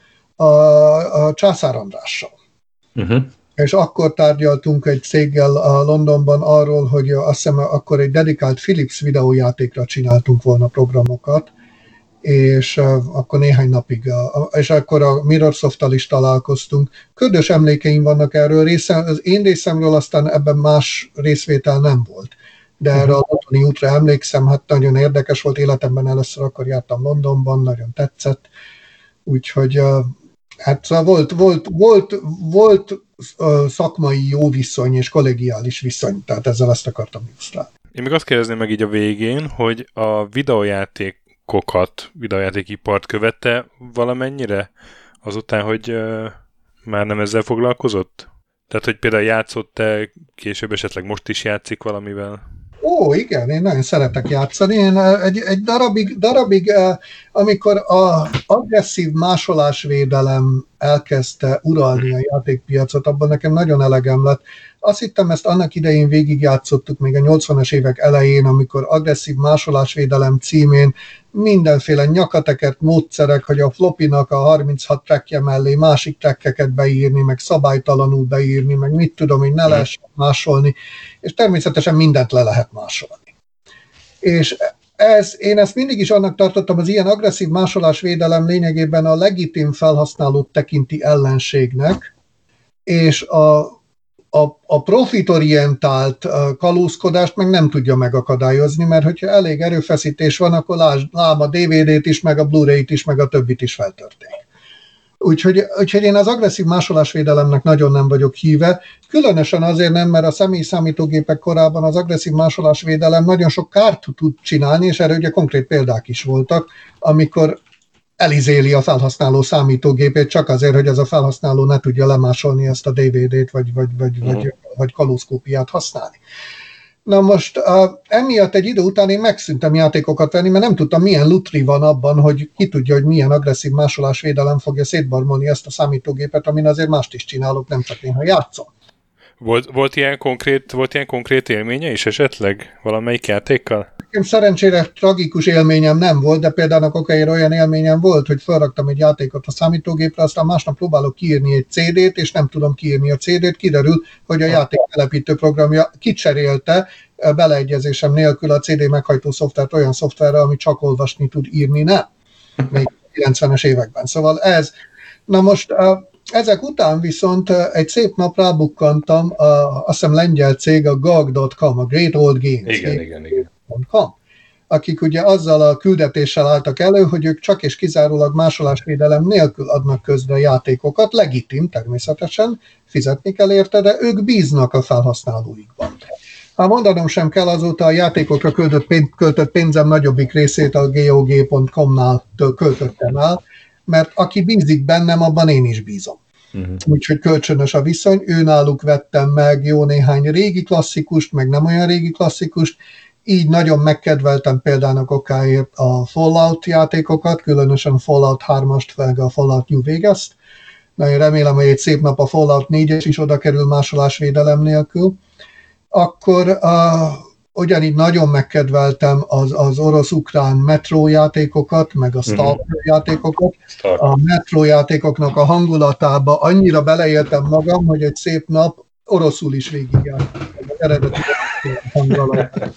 a Császár Andrással. Uh-huh. És akkor tárgyaltunk egy céggel a Londonban arról, hogy azt hiszem akkor egy dedikált Philips videójátékra csináltunk volna programokat, és akkor néhány napig, és akkor a Mirrorsoft-tal is találkoztunk. Ködös emlékeim vannak erről, az én részemről aztán ebben más részvétel nem volt. De erre a otthoni útra emlékszem, hát nagyon érdekes volt, életemben először akkor jártam Londonban, nagyon tetszett, úgyhogy hát volt szakmai jó viszony és kollegiális viszony, tehát ezzel ezt akartam illusztrálni. Én még azt kérdezném meg így a végén, hogy a videójátékipart követte valamennyire azután, hogy már nem ezzel foglalkozott? Tehát, hogy például játszott-e, később esetleg most is játszik valamivel? Ó, igen, én nagyon szeretek játszani. Én egy darabig, amikor az agresszív másolásvédelem elkezdte uralni a játékpiacot, abban nekem nagyon elegem lett. Azt hittem, ezt annak idején végigjátszottuk még a 80-as évek elején, amikor agresszív másolásvédelem címén mindenféle nyakatekert módszerek, hogy a flopinak a 36 trackje mellé másik trackeket beírni, meg szabálytalanul beírni, meg mit tudom, hogy ne lehessen másolni, és természetesen mindent le lehet másolni. És én ezt mindig is annak tartottam, az ilyen agresszív másolásvédelem lényegében a legitim felhasználót tekinti ellenségnek, és a profitorientált kalózkodást meg nem tudja megakadályozni, mert hogyha elég erőfeszítés van, akkor lám a DVD-t is, meg a Blu-ray-t is, meg a többit is feltörték. Úgyhogy én az agresszív másolásvédelemnek nagyon nem vagyok híve, különösen azért nem, mert a személyi számítógépek korában az agresszív másolásvédelem nagyon sok kárt tud csinálni, és erre ugye konkrét példák is voltak, amikor elizéli a felhasználó számítógépét csak azért, hogy az a felhasználó ne tudja lemásolni ezt a DVD-t, vagy kalózkópiát használni. Na most emiatt egy idő után én megszűntem játékokat venni, mert nem tudtam, milyen lutri van abban, hogy ki tudja, hogy milyen agresszív másolásvédelem fogja szétbarmolni ezt a számítógépet, amin azért mást is csinálok, nem csak néha játszom. Volt ilyen konkrét élménye is esetleg valamelyik játékkal? Szerencsére tragikus élményem nem volt, de például a kokainra olyan élményem volt, hogy felraktam egy játékot a számítógépre, aztán másnap próbálok kiírni egy CD-t, és nem tudom kiírni a CD-t, kiderül, hogy a játék telepítő programja kicserélte beleegyezésem nélkül a CD meghajtó szoftvert olyan szoftverre, ami csak olvasni tud, írni nem. Még 90-es években. Szóval ez. Na most ezek után viszont egy szép nap rábukkantam, azt hiszem lengyel cég, a GOG.com, a Great Old Games. Igen. Akik ugye azzal a küldetéssel álltak elő, hogy ők csak és kizárólag másolásvédelem nélkül adnak közre játékokat, legitim természetesen, fizetni kell érte, de ők bíznak a felhasználóikban. Mondanom sem kell, azóta a játékokra költött pénzem nagyobbik részét a GOG.com-nál költöttem el, mert aki bízik bennem, abban én is bízom. Úgyhogy kölcsönös a viszony, őnáluk vettem meg jó néhány régi klasszikust, meg nem olyan régi klasszikust, így nagyon megkedveltem példának okáért a Fallout játékokat, különösen a Fallout 3-ast, meg a Fallout New Vegas-t. Nagyon remélem, hogy egy szép nap a Fallout 4-es is oda kerül másolásvédelem nélkül. Akkor ugyanígy nagyon megkedveltem az orosz-ukrán Metro játékokat, meg a Stalker játékokat. A Metro játékoknak a hangulatába annyira beleéltem magam, hogy egy szép nap oroszul is végigjártam az eredeti hangulat.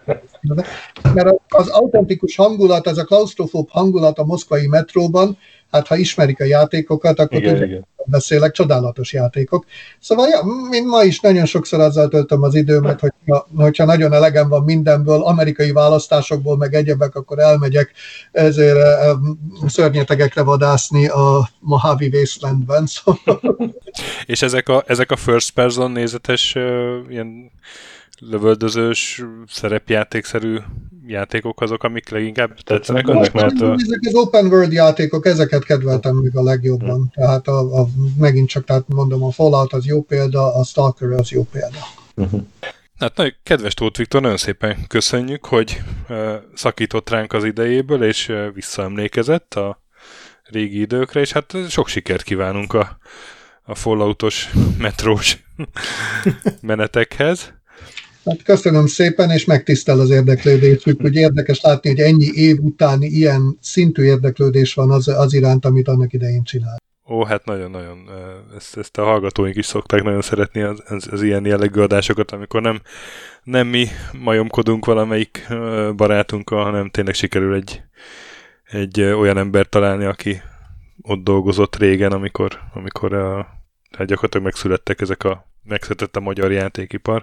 Mert az autentikus hangulat, az a klaustrofób hangulat a moszkvai metróban, hát ha ismerik a játékokat, akkor igen. Beszélek, csodálatos játékok. Szóval ja, mint ma is nagyon sokszor azzal töltöm az időmet, hogyha nagyon elegem van mindenből, amerikai választásokból, meg egyebek, akkor elmegyek ezért szörnyetegekre vadászni a Mojave Wastelandben. Szóval. És ezek a first person nézetes ilyen lövöldözős, szerepjátékszerű játékok azok, amik leginkább tetszenek önnek, mert... Ezek az open world játékok, ezeket kedveltem még a legjobban. Tehát megint csak tehát mondom, a Fallout az jó példa, a Stalker az jó példa. Hát nagyon kedves Tóth Viktor, nagyon szépen köszönjük, hogy szakított ránk az idejéből, és visszaemlékezett a régi időkre, és hát sok sikert kívánunk a Falloutos, metrós menetekhez. Hát köszönöm szépen, és megtisztel az érdeklődésük, hogy érdekes látni, hogy ennyi év után ilyen szintű érdeklődés van az iránt, amit annak idején csinál. Ó, hát nagyon-nagyon, ezt a hallgatóink is szokták nagyon szeretni az ilyen jellegű adásokat, amikor nem mi majomkodunk valamelyik barátunkkal, hanem tényleg sikerül egy olyan embert találni, aki ott dolgozott régen, amikor hát gyakorlatilag megszületett a magyar játékipar.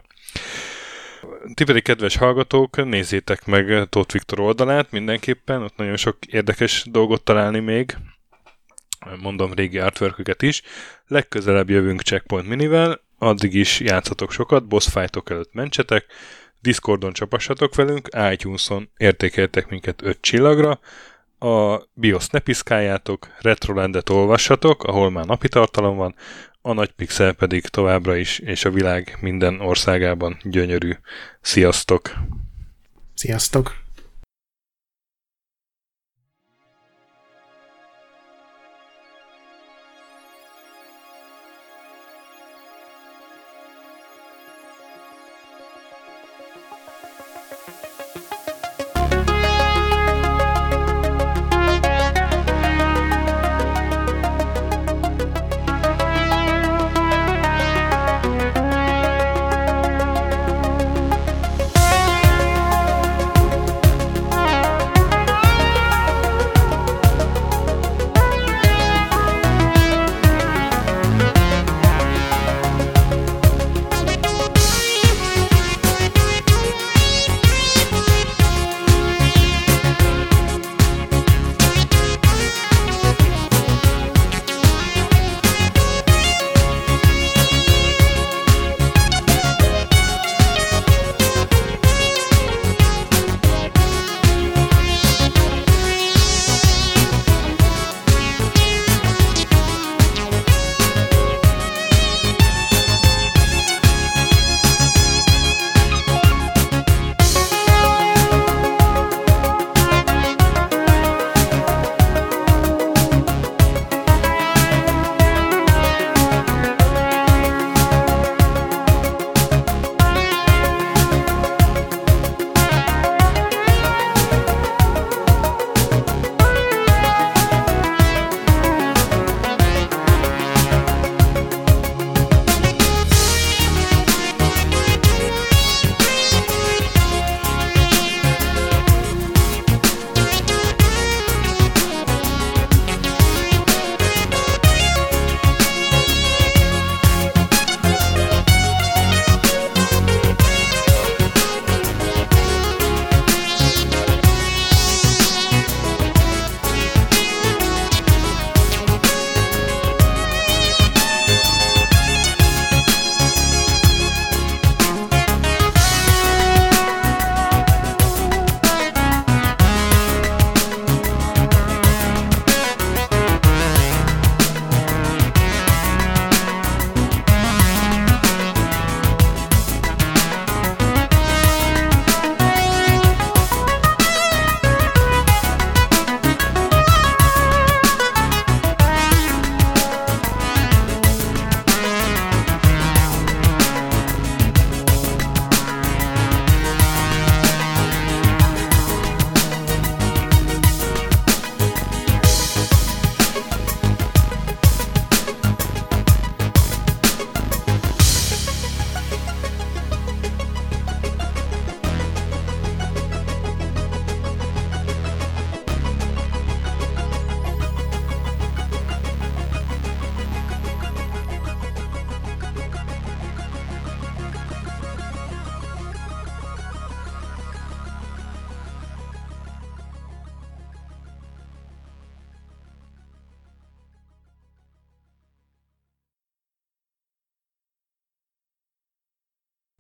Ti pedig, kedves hallgatók, nézzétek meg Tóth Viktor oldalát mindenképpen, ott nagyon sok érdekes dolgot találni még. Mondom, régi artworköket is. Legközelebb jövünk Checkpoint Minivel, addig is játszatok sokat, boss fightok előtt mentsetek, Discordon csapassatok velünk, iTunes-on értékeltek minket 5 csillagra, a BIOS ne piszkáljátok, Retrolandet olvassatok, ahol már napi tartalom van, a Nagy Pixel pedig továbbra is, és a világ minden országában gyönyörű. Sziasztok! Sziasztok!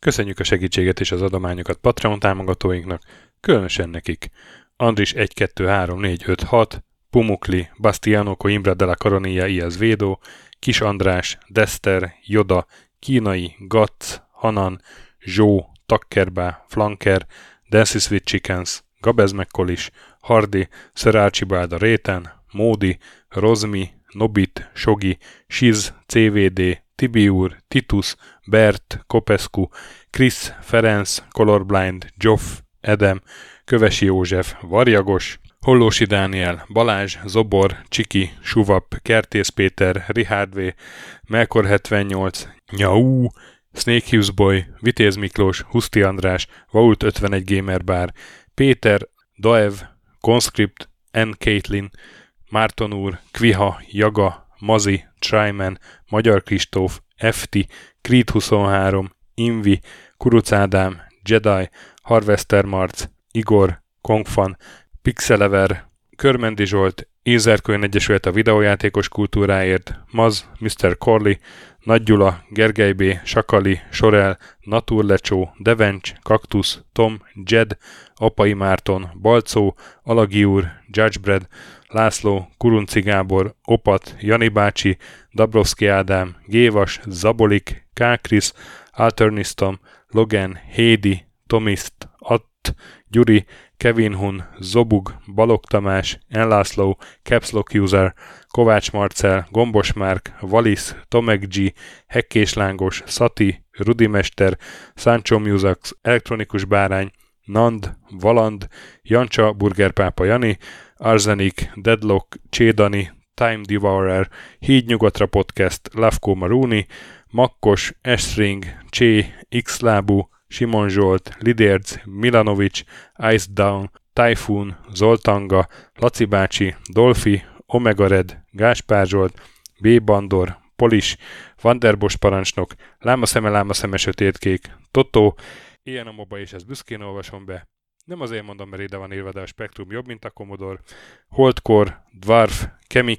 Köszönjük a segítséget és az adományokat Patreon támogatóinknak, különösen nekik. Andris 1, 2, 3, 4, 5, 6, Pumukli, Bastiano Coimbra de la Coronilla Iaz Védó, Kis András, Dester, Joda, Kínai, Gatz, Hanan, Zsó, Takkerbá, Flanker, Dancy Sweet Chickens, Gabez Mekkolis, Hardy, Sir Archibald a Réten, Módi, Rozmi, Nobit, Sogi, Siz, CVD, Tibiur, Titus, Bert, Kopescu, Krisz, Ferenc, Colorblind, Joff, Edem, Kövesi József, Varjagos, Hollósi Dániel, Balázs, Zobor, Csiki, Suvap, Kertész Péter, Richard V, Melkor 78, Nyau, Snake Hughes Boy, Vitéz Miklós, Huszti András, Vault 51 Gamer Bar, Péter, Daev, Conscript, N. Caitlin, Márton úr, Kviha, Jaga, Mazi, Tryman, Magyar Kristóf, FT, Creed 23, Invi, Kuruc Ádám, Jedi, Harvester Marc, Igor, Kongfan, Pixelever, Körmendi Zsolt, Ézerkölyön Egyesület a videójátékos kultúráért, Maz, Mr. Corley, Nagy Gyula, Gergely B., Sakali, Sorel, Naturlecsó, Devencs, Kaktusz, Tom, Jed, Apai Márton, Balcó, Alagi úr, Judgebred, László, Kurunci Gábor, Opat, Jani bácsi, Dabrowski Ádám, Gévas, Zabolik, Kákris, Alternisztom, Logan, Hédi, Tomiszt, Att, Gyuri, Kevin Hun, Zobug, Balog Tamás, Enlászló, Capslock User, Kovács Marcel, Gombos Márk, Valisz, Tomek G, Hekkés Lángos, Szati, Rudimester, Sancho Musax, Elektronikus Bárány, Nand, Valand, Jancsa, Burgerpápa Jani, Arzenik, Deadlock, Csédani, Time Devourer, Híd Nyugatra Podcast, Lavko Maruni, Makkos, Estring, Csé, X-Lábú, Simon Zsolt, Lidérc, Milanovic, Ice Down, Typhoon, Zoltanga, Laci bácsi, Dolfi, Omega Red, Gáspár Zsolt, B. Bandor, Polis, Vanderbos parancsnok, Lámaszeme sötétkék, Totó, ilyen a moba és ezt büszkén olvasom be. Nem azért mondom, mert ide van írva, de a Spektrum jobb, mint a Commodore. Holdcore, Dwarf, Kemi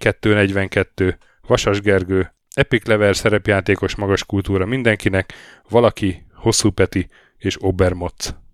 242, Vasas Gergő, Epic Level szerepjátékos magas kultúra mindenkinek, Valaki, Hosszú Peti és Obermotz.